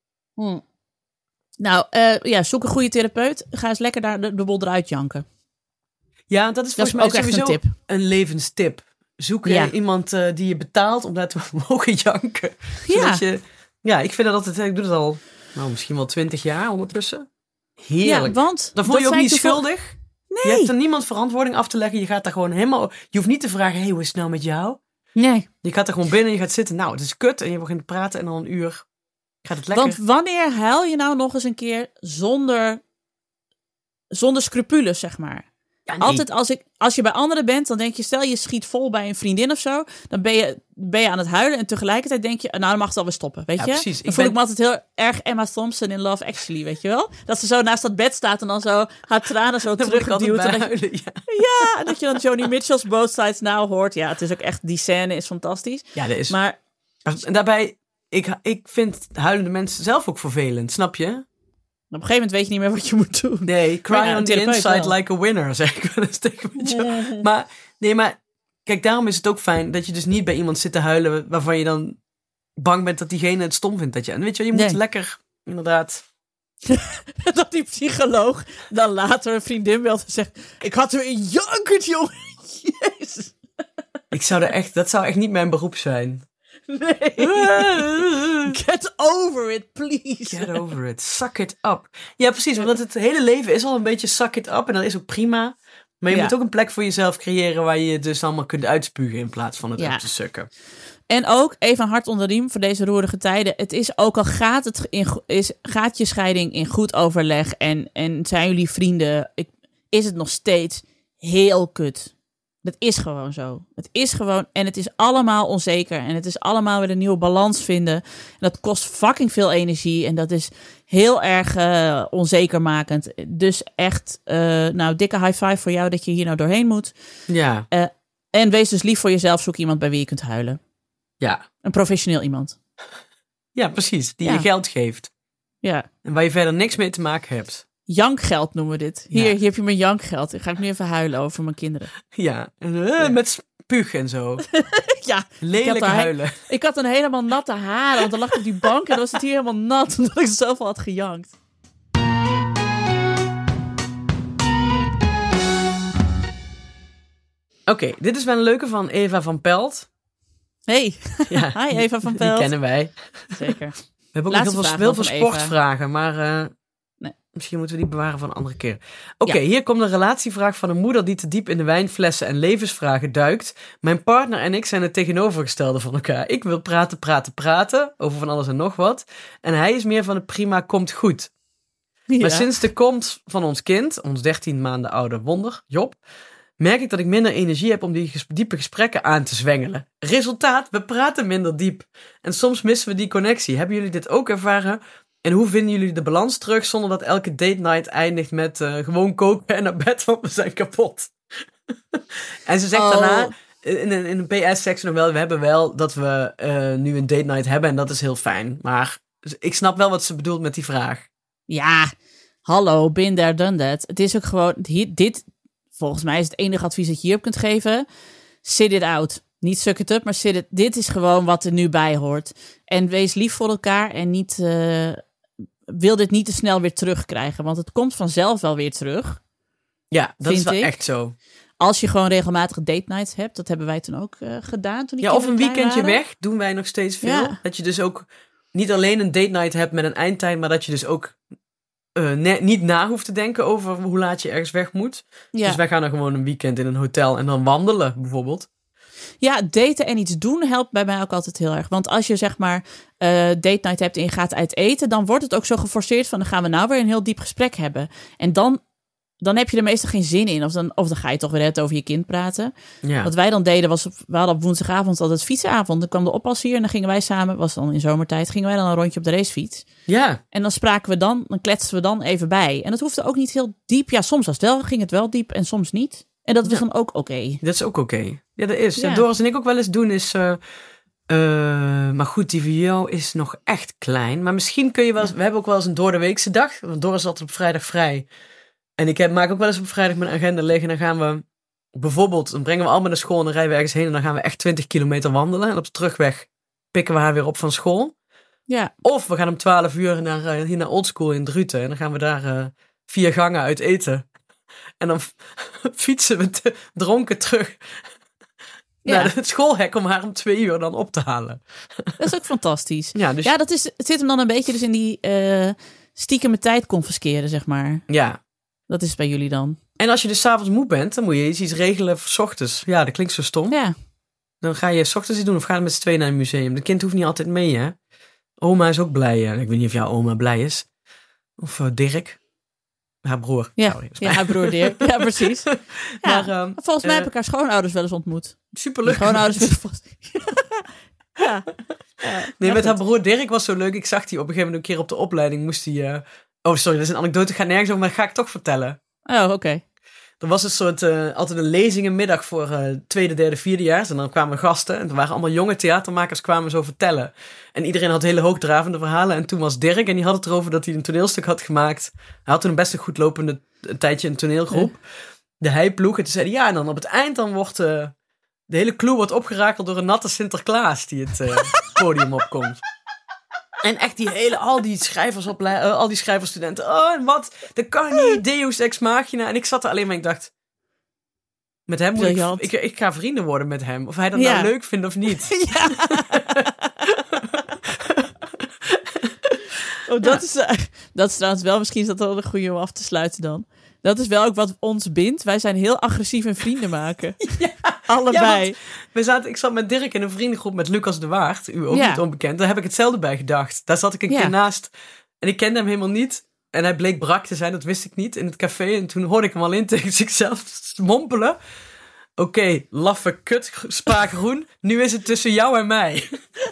S2: Nou, zoek een goede therapeut. Ga eens lekker daar de boel eruit janken.
S3: Ja, dat is volgens mij ook sowieso een levenstip. Zoek iemand die je betaalt om daar te mogen janken.
S2: Ja.
S3: Ik vind dat altijd... Ik doe het al misschien wel 20 jaar ondertussen. Heerlijk.
S2: Ja, want...
S3: Dan voel je ook niet schuldig.
S2: Nee.
S3: Je hebt er niemand verantwoording af te leggen. Je gaat daar gewoon helemaal... Je hoeft niet te vragen, hey, hoe is het nou met jou?
S2: Nee.
S3: Je gaat er gewoon binnen, je gaat zitten. Nou, het is kut. En je begint te praten en dan 1 uur gaat het lekker.
S2: Want wanneer huil je nou nog eens een keer zonder scrupules, zeg maar? Ja, nee. Altijd als je bij anderen bent, dan denk je, stel je schiet vol bij een vriendin of zo, dan ben je aan het huilen en tegelijkertijd denk je, nou dan mag het alweer stoppen, weet je?
S3: Precies.
S2: Dan voel ik me altijd heel erg Emma Thompson in Love Actually, weet je wel? Dat ze zo naast dat bed staat en dan zo haar tranen zo terugduwt. Ja, dat je dan Joni Mitchell's Both Sides Now hoort. Ja, het is ook echt, die scène is fantastisch.
S3: Ja, dat is.
S2: Maar
S3: en daarbij, ik vind huilende mensen zelf ook vervelend, snap je?
S2: Op een gegeven moment weet je niet meer wat je moet doen.
S3: Nee, cry on the inside like a winner, zeg ik wel eens tegen je. Maar kijk, daarom is het ook fijn dat je dus niet bij iemand zit te huilen waarvan je dan bang bent dat diegene het stom vindt. En weet je, je moet lekker, inderdaad...
S2: Dat die psycholoog dan later een vriendin belt en zegt, ik had er een jankert, jongen. Jezus.
S3: Dat zou echt niet mijn beroep zijn.
S2: Nee. Get over it, please.
S3: Get over it. Suck it up. Ja, precies. Want het hele leven is al een beetje suck it up. En dat is ook prima. Maar je moet ook een plek voor jezelf creëren waar je het dus allemaal kunt uitspugen in plaats van het op te sukken.
S2: En ook even een hart onder de riem voor deze roerige tijden. Het is ook al gaat je scheiding in goed overleg en zijn jullie vrienden, is het nog steeds heel kut. Dat is gewoon zo. Het is gewoon, en het is allemaal onzeker. En het is allemaal weer een nieuwe balans vinden. En dat kost fucking veel energie. En dat is heel erg onzekermakend. Dus echt, dikke high five voor jou dat je hier nou doorheen moet.
S3: Ja.
S2: En wees dus lief voor jezelf. Zoek iemand bij wie je kunt huilen.
S3: Ja.
S2: Een professioneel iemand.
S3: Ja, precies. Die je geld geeft.
S2: Ja.
S3: En waar je verder niks mee te maken hebt.
S2: Jankgeld noemen we dit. Hier heb je mijn jankgeld. Dan ga ik nu even huilen over mijn kinderen.
S3: Ja, met spuug en zo.
S2: Ja.
S3: Lelijk huilen.
S2: Ik had dan helemaal natte haren, want dan lag ik op die bank en dan was het hier helemaal nat, omdat ik zoveel had gejankt.
S3: Oké, dit is wel een leuke van Eva van Pelt.
S2: Hey, ja, hi Eva van Pelt.
S3: Die kennen wij.
S2: Zeker.
S3: We hebben ook heel veel sportvragen, maar
S2: nee.
S3: Misschien moeten we die bewaren voor een andere keer. Oké, hier komt een relatievraag van een moeder die te diep in de wijnflessen en levensvragen duikt. Mijn partner en ik zijn het tegenovergestelde van elkaar. Ik wil praten over van alles en nog wat. En hij is meer van het prima komt goed. Ja. Maar sinds de komst van ons kind, ons 13 maanden oude wonder, Job, merk ik dat ik minder energie heb om die diepe gesprekken aan te zwengelen. Resultaat, we praten minder diep. En soms missen we die connectie. Hebben jullie dit ook ervaren? En hoe vinden jullie de balans terug zonder dat elke date night eindigt met gewoon koken en naar bed, want we zijn kapot? En ze zegt daarna, in een PS zegt ze nog wel, we hebben wel dat we nu een date night hebben en dat is heel fijn. Maar ik snap wel wat ze bedoelt met die vraag.
S2: Ja, hallo, been there, done that. Het is ook gewoon, dit volgens mij is het enige advies dat je hierop kunt geven. Sit it out. Niet suck it up, maar dit is gewoon wat er nu bij hoort. En wees lief voor elkaar en niet, wil dit niet te snel weer terugkrijgen. Want het komt vanzelf wel weer terug.
S3: Ja, dat is wel echt zo.
S2: Als je gewoon regelmatig date nights hebt. Dat hebben wij toen ook gedaan. Toen
S3: of een weekendje weg doen wij nog steeds veel. Ja. Dat je dus ook niet alleen een date night hebt met een eindtijd, maar dat je dus ook niet na hoeft te denken over hoe laat je ergens weg moet. Ja. Dus wij gaan dan gewoon een weekend in een hotel en dan wandelen bijvoorbeeld.
S2: Ja, daten en iets doen helpt bij mij ook altijd heel erg. Want als je zeg maar date night hebt en je gaat uit eten, dan wordt het ook zo geforceerd van dan gaan we nou weer een heel diep gesprek hebben. En dan heb je er meestal geen zin in. Of dan ga je toch weer net over je kind praten. Ja. Wat wij dan deden was, we hadden op woensdagavond altijd fietsavond. Dan kwam de oppas hier en dan gingen wij samen, was dan in zomertijd, gingen wij dan een rondje op de racefiets.
S3: Ja.
S2: En dan dan kletsten we dan even bij. En dat hoefde ook niet heel diep. Ja, soms ging het wel diep en soms niet. En dat was dan ook oké.
S3: Dat is ook oké. Ja, dat is. Ja. Doris en ik ook wel eens doen is... maar goed, die van jou is nog echt klein. Maar misschien kun je wel eens... We hebben ook wel eens een doordeweekse dag. Want Doris is altijd op vrijdag vrij. En ik maak ook wel eens op vrijdag mijn agenda leeg. En dan gaan we bijvoorbeeld... Dan brengen we allemaal naar school en dan rijden we ergens heen. En dan gaan we echt 20 kilometer wandelen. En op de terugweg pikken we haar weer op van school. Ja. Of we gaan om 12 uur hier naar Oldschool in Druten. En dan gaan we daar 4 gangen uit eten. En dan fietsen we dronken terug naar het schoolhek om haar om 2 uur dan op te halen.
S2: Dat is ook fantastisch.
S3: Ja, dus...
S2: het zit hem dan een beetje dus in die stiekeme tijd confisceren, zeg maar.
S3: Ja.
S2: Dat is bij jullie dan.
S3: En als je dus 's avonds moe bent, dan moet je iets regelen voor 's ochtends. Ja, dat klinkt zo stom.
S2: Ja.
S3: Dan ga je 's ochtends iets doen of ga je met z'n tweeën naar een museum. De kind hoeft niet altijd mee, hè. Oma is ook blij. Ik weet niet of jouw oma blij is. Of Dirk. Haar broer.
S2: Ja, haar broer Dirk. Ja, precies. Ja, maar, volgens mij heb ik haar schoonouders wel eens ontmoet.
S3: Superleuk.
S2: Schoonouders willen vast. Ja.
S3: Nee, met haar broer Dirk was zo leuk. Ik zag die op een gegeven moment een keer op de opleiding. Moest hij... Oh, sorry, dat is een anekdote. Gaat nergens over, maar dat ga ik toch vertellen.
S2: Oh, oké.
S3: Er was een soort... altijd een lezingenmiddag voor tweede, derde, vierdejaars. En dan kwamen gasten. En er waren allemaal jonge theatermakers kwamen zo vertellen. En iedereen had hele hoogdravende verhalen. En toen was Dirk en die had het erover dat hij een toneelstuk had gemaakt. Hij had toen een best een goed lopende tijdje een toneelgroep. De Heiploeg. En toen zei hij, ja, en dan op het eind dan wordt... de hele clue wordt opgerakeld door een natte Sinterklaas die het podium opkomt. En echt al die schrijversstudenten. Oh, en wat? Dat kan niet. Deus ex machina. En ik zat er alleen maar en ik dacht... Met hem moet ik ga vrienden worden met hem. Of hij dat nou leuk vindt of niet. Ja.
S2: Dat is trouwens wel... Misschien is dat wel een goede om af te sluiten dan. Dat is wel ook wat ons bindt. Wij zijn heel agressief in vrienden maken. Ja, allebei.
S3: Ja, ik zat met Dirk in een vriendengroep met Lucas de Waard. U ook niet onbekend. Daar heb ik hetzelfde bij gedacht. Daar zat ik een keer naast. En ik kende hem helemaal niet. En hij bleek brak te zijn. Dat wist ik niet. In het café. En toen hoorde ik hem alleen tegen zichzelf mompelen. Oké, laffe kut, spaakgroen. Nu is het tussen jou en mij.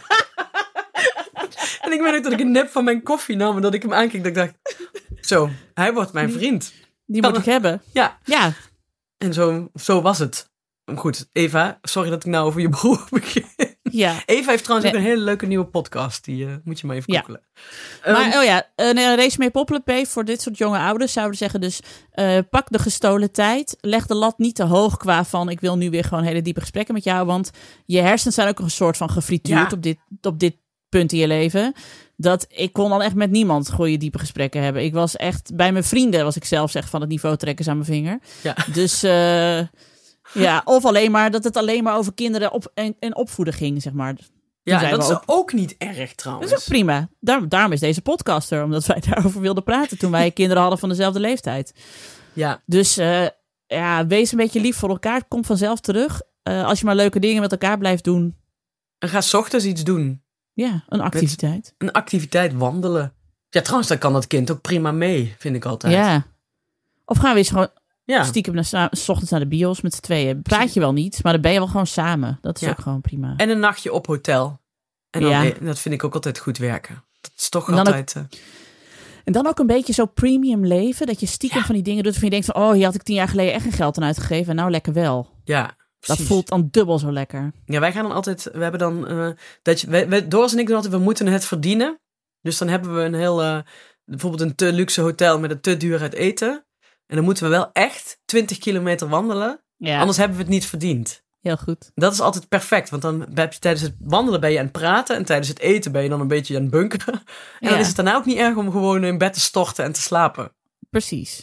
S3: En ik weet ook dat ik een nep van mijn koffie nam en dat ik hem aankeek. Dat ik dacht, zo, hij wordt mijn vriend.
S2: Die moet ik hebben.
S3: Ja.
S2: Ja.
S3: En zo was het. Goed, Eva, sorry dat ik nou over je broer begin.
S2: Ja.
S3: Eva heeft trouwens ook een hele leuke nieuwe podcast. Die moet je maar even googelen.
S2: Maar een Resume Poppelen voor dit soort jonge ouders zouden zeggen dus... pak de gestolen tijd. Leg de lat niet te hoog qua van... ik wil nu weer gewoon hele diepe gesprekken met jou. Want je hersens zijn ook een soort van gefrituurd op dit punt in je leven. Dat ik kon dan echt met niemand goede diepe gesprekken hebben. Ik was echt... Bij mijn vrienden was ik zelf echt van het niveau trekkers aan mijn vinger.
S3: Ja.
S2: Dus... ja, of alleen maar dat het alleen maar over kinderen en opvoeden ging, zeg maar.
S3: Ja, dat is ook niet erg trouwens.
S2: Dat is ook prima. Daarom is deze podcast er, omdat wij daarover wilden praten toen wij kinderen hadden van dezelfde leeftijd.
S3: Ja.
S2: Dus wees een beetje lief voor elkaar. Het komt vanzelf terug. Als je maar leuke dingen met elkaar blijft doen.
S3: En ga 's ochtends iets doen.
S2: Ja, een activiteit.
S3: Een activiteit, wandelen. Ja, trouwens, daar kan dat kind ook prima mee, vind ik altijd.
S2: Ja. Of gaan we eens gewoon...
S3: Ja.
S2: Stiekem 's ochtends naar de bios met z'n tweeën. Praat je wel niet, maar dan ben je wel gewoon samen. Dat is ook gewoon prima.
S3: En een nachtje op hotel. En dan, dat vind ik ook altijd goed werken. Dat is toch altijd...
S2: En dan ook een beetje zo premium leven. Dat je stiekem van die dingen doet. Van je denkt van, hier had ik 10 jaar geleden echt geen geld aan uitgegeven. En nou lekker wel.
S3: Ja, precies.
S2: Dat voelt dan dubbel zo lekker.
S3: Ja, wij gaan dan altijd... We hebben dan... Doris en ik doen altijd... We moeten het verdienen. Dus dan hebben we een heel... bijvoorbeeld een te luxe hotel met een te duur uit eten. En dan moeten we wel echt 20 kilometer wandelen. Ja. Anders hebben we het niet verdiend.
S2: Heel goed.
S3: Dat is altijd perfect. Want dan heb je tijdens het wandelen ben je aan het praten. En tijdens het eten ben je dan een beetje aan het bunkeren. En dan is het daarna ook niet erg om gewoon in bed te storten en te slapen.
S2: Precies.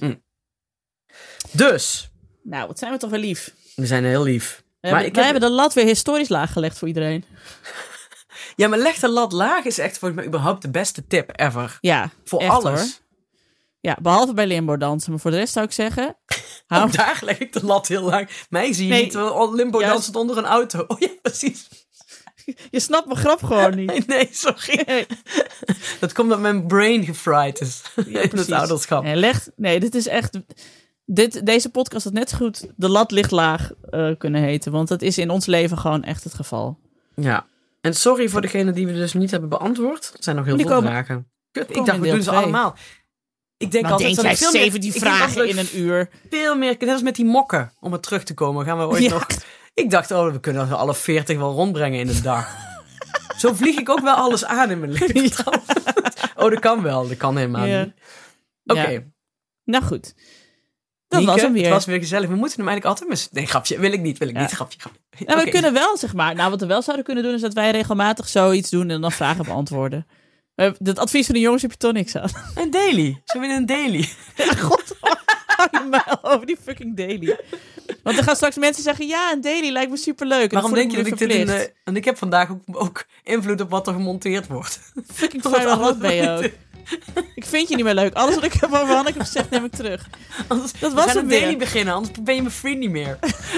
S3: Dus.
S2: Nou, wat zijn we toch wel lief.
S3: We zijn heel lief.
S2: Wij hebben de lat weer historisch laag gelegd voor iedereen.
S3: Ja, maar leg de lat laag is echt volgens mij überhaupt de beste tip ever.
S2: Ja,
S3: voor
S2: echt,
S3: alles.
S2: Hoor. Ja, behalve bij limbo dansen. Maar voor de rest zou ik zeggen...
S3: Ook daar leg ik de lat heel laag. Mij zie je niet limbo dansend onder een auto. Oh ja, precies.
S2: Je snapt mijn grap gewoon niet.
S3: Nee, sorry. Nee. Dat komt dat mijn brain gefried is. Ja, in het ouderschap.
S2: Nee, dit is echt... Deze podcast had net zo goed de lat ligt laag kunnen heten. Want dat is in ons leven gewoon echt het geval.
S3: Ja. En sorry voor degene die we dus niet hebben beantwoord. Er zijn nog heel veel vragen. Ik dacht, we doen ze allemaal. Ik denk altijd
S2: dat ik veel 17 vragen in een uur.
S3: Veel meer, net als met die mokken, om er terug te komen. Gaan we ooit nog... Ik dacht, we kunnen alle 40 wel rondbrengen in een dag. Zo vlieg ik ook wel alles aan in mijn leven. Dat kan wel. Dat kan helemaal niet. Oké.
S2: Ja. Nou goed. Dat
S3: Nienke,
S2: was hem weer.
S3: Het was weer gezellig. We moeten hem eigenlijk altijd... Nee, grapje. Wil ik niet. Grapje.
S2: Nou, we kunnen wel, zeg maar... Nou, wat we wel zouden kunnen doen, is dat wij regelmatig zoiets doen en dan vragen beantwoorden. Het advies van de jongens heb je toch niks aan.
S3: Een daily. Ze willen een daily.
S2: Ja, god. Hou je mij over die fucking daily. Want er gaan straks mensen zeggen... Ja, een daily lijkt me superleuk.
S3: Waarom denk je dat ik dit in... Want ik heb vandaag ook invloed op wat er gemonteerd wordt.
S2: Fucking vuile rot ben je ook. Ik vind je niet meer leuk. Alles wat ik heb over Hanneke gezegd, neem ik terug.
S3: Dat was een daily beginnen, anders ben je mijn vriend niet meer.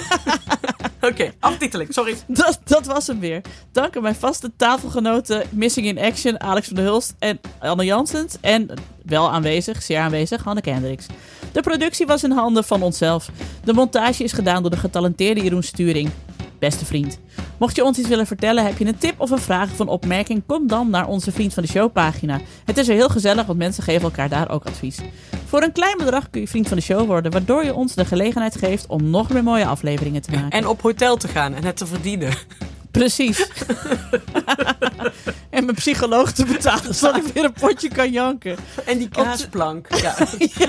S3: Oké, aftiteling, sorry.
S2: Dat was hem weer. Dank aan mijn vaste tafelgenoten Missing in Action, Alex van der Hulst en Anne Janssens. En wel aanwezig, zeer aanwezig, Hanneke Hendricks. De productie was in handen van onszelf. De montage is gedaan door de getalenteerde Jeroen Sturing. Beste vriend. Mocht je ons iets willen vertellen, heb je een tip of een vraag of een opmerking, kom dan naar onze Vriend van de Show pagina. Het is er heel gezellig, want mensen geven elkaar daar ook advies. Voor een klein bedrag kun je Vriend van de Show worden, waardoor je ons de gelegenheid geeft om nog meer mooie afleveringen te maken.
S3: En op hotel te gaan en het te verdienen.
S2: Precies. En mijn psycholoog te betalen, zodat ik weer een potje kan janken.
S3: En die kaasplank. Ja.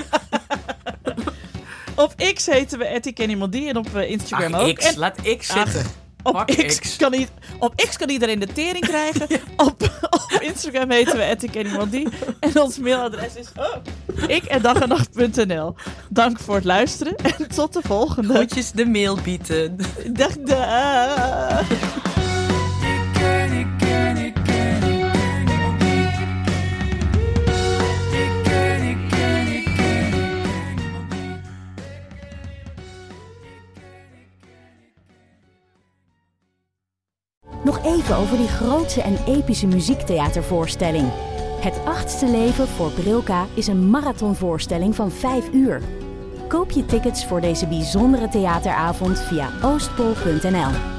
S2: Op X heten we @IKenNiemandDie en op Instagram ook.
S3: X, laat X zitten.
S2: Op X kan iedereen de tering krijgen. Ja. Op Instagram heten we @IKenNiemandDie. En ons mailadres is ik@dagenacht.nl. Dank voor het luisteren en tot de volgende.
S3: Groetjes de mail bieten.
S2: Dag.
S1: Nog even over die grootse en epische muziektheatervoorstelling. Het 8e leven voor Brilka is een marathonvoorstelling van 5 uur. Koop je tickets voor deze bijzondere theateravond via oostpol.nl.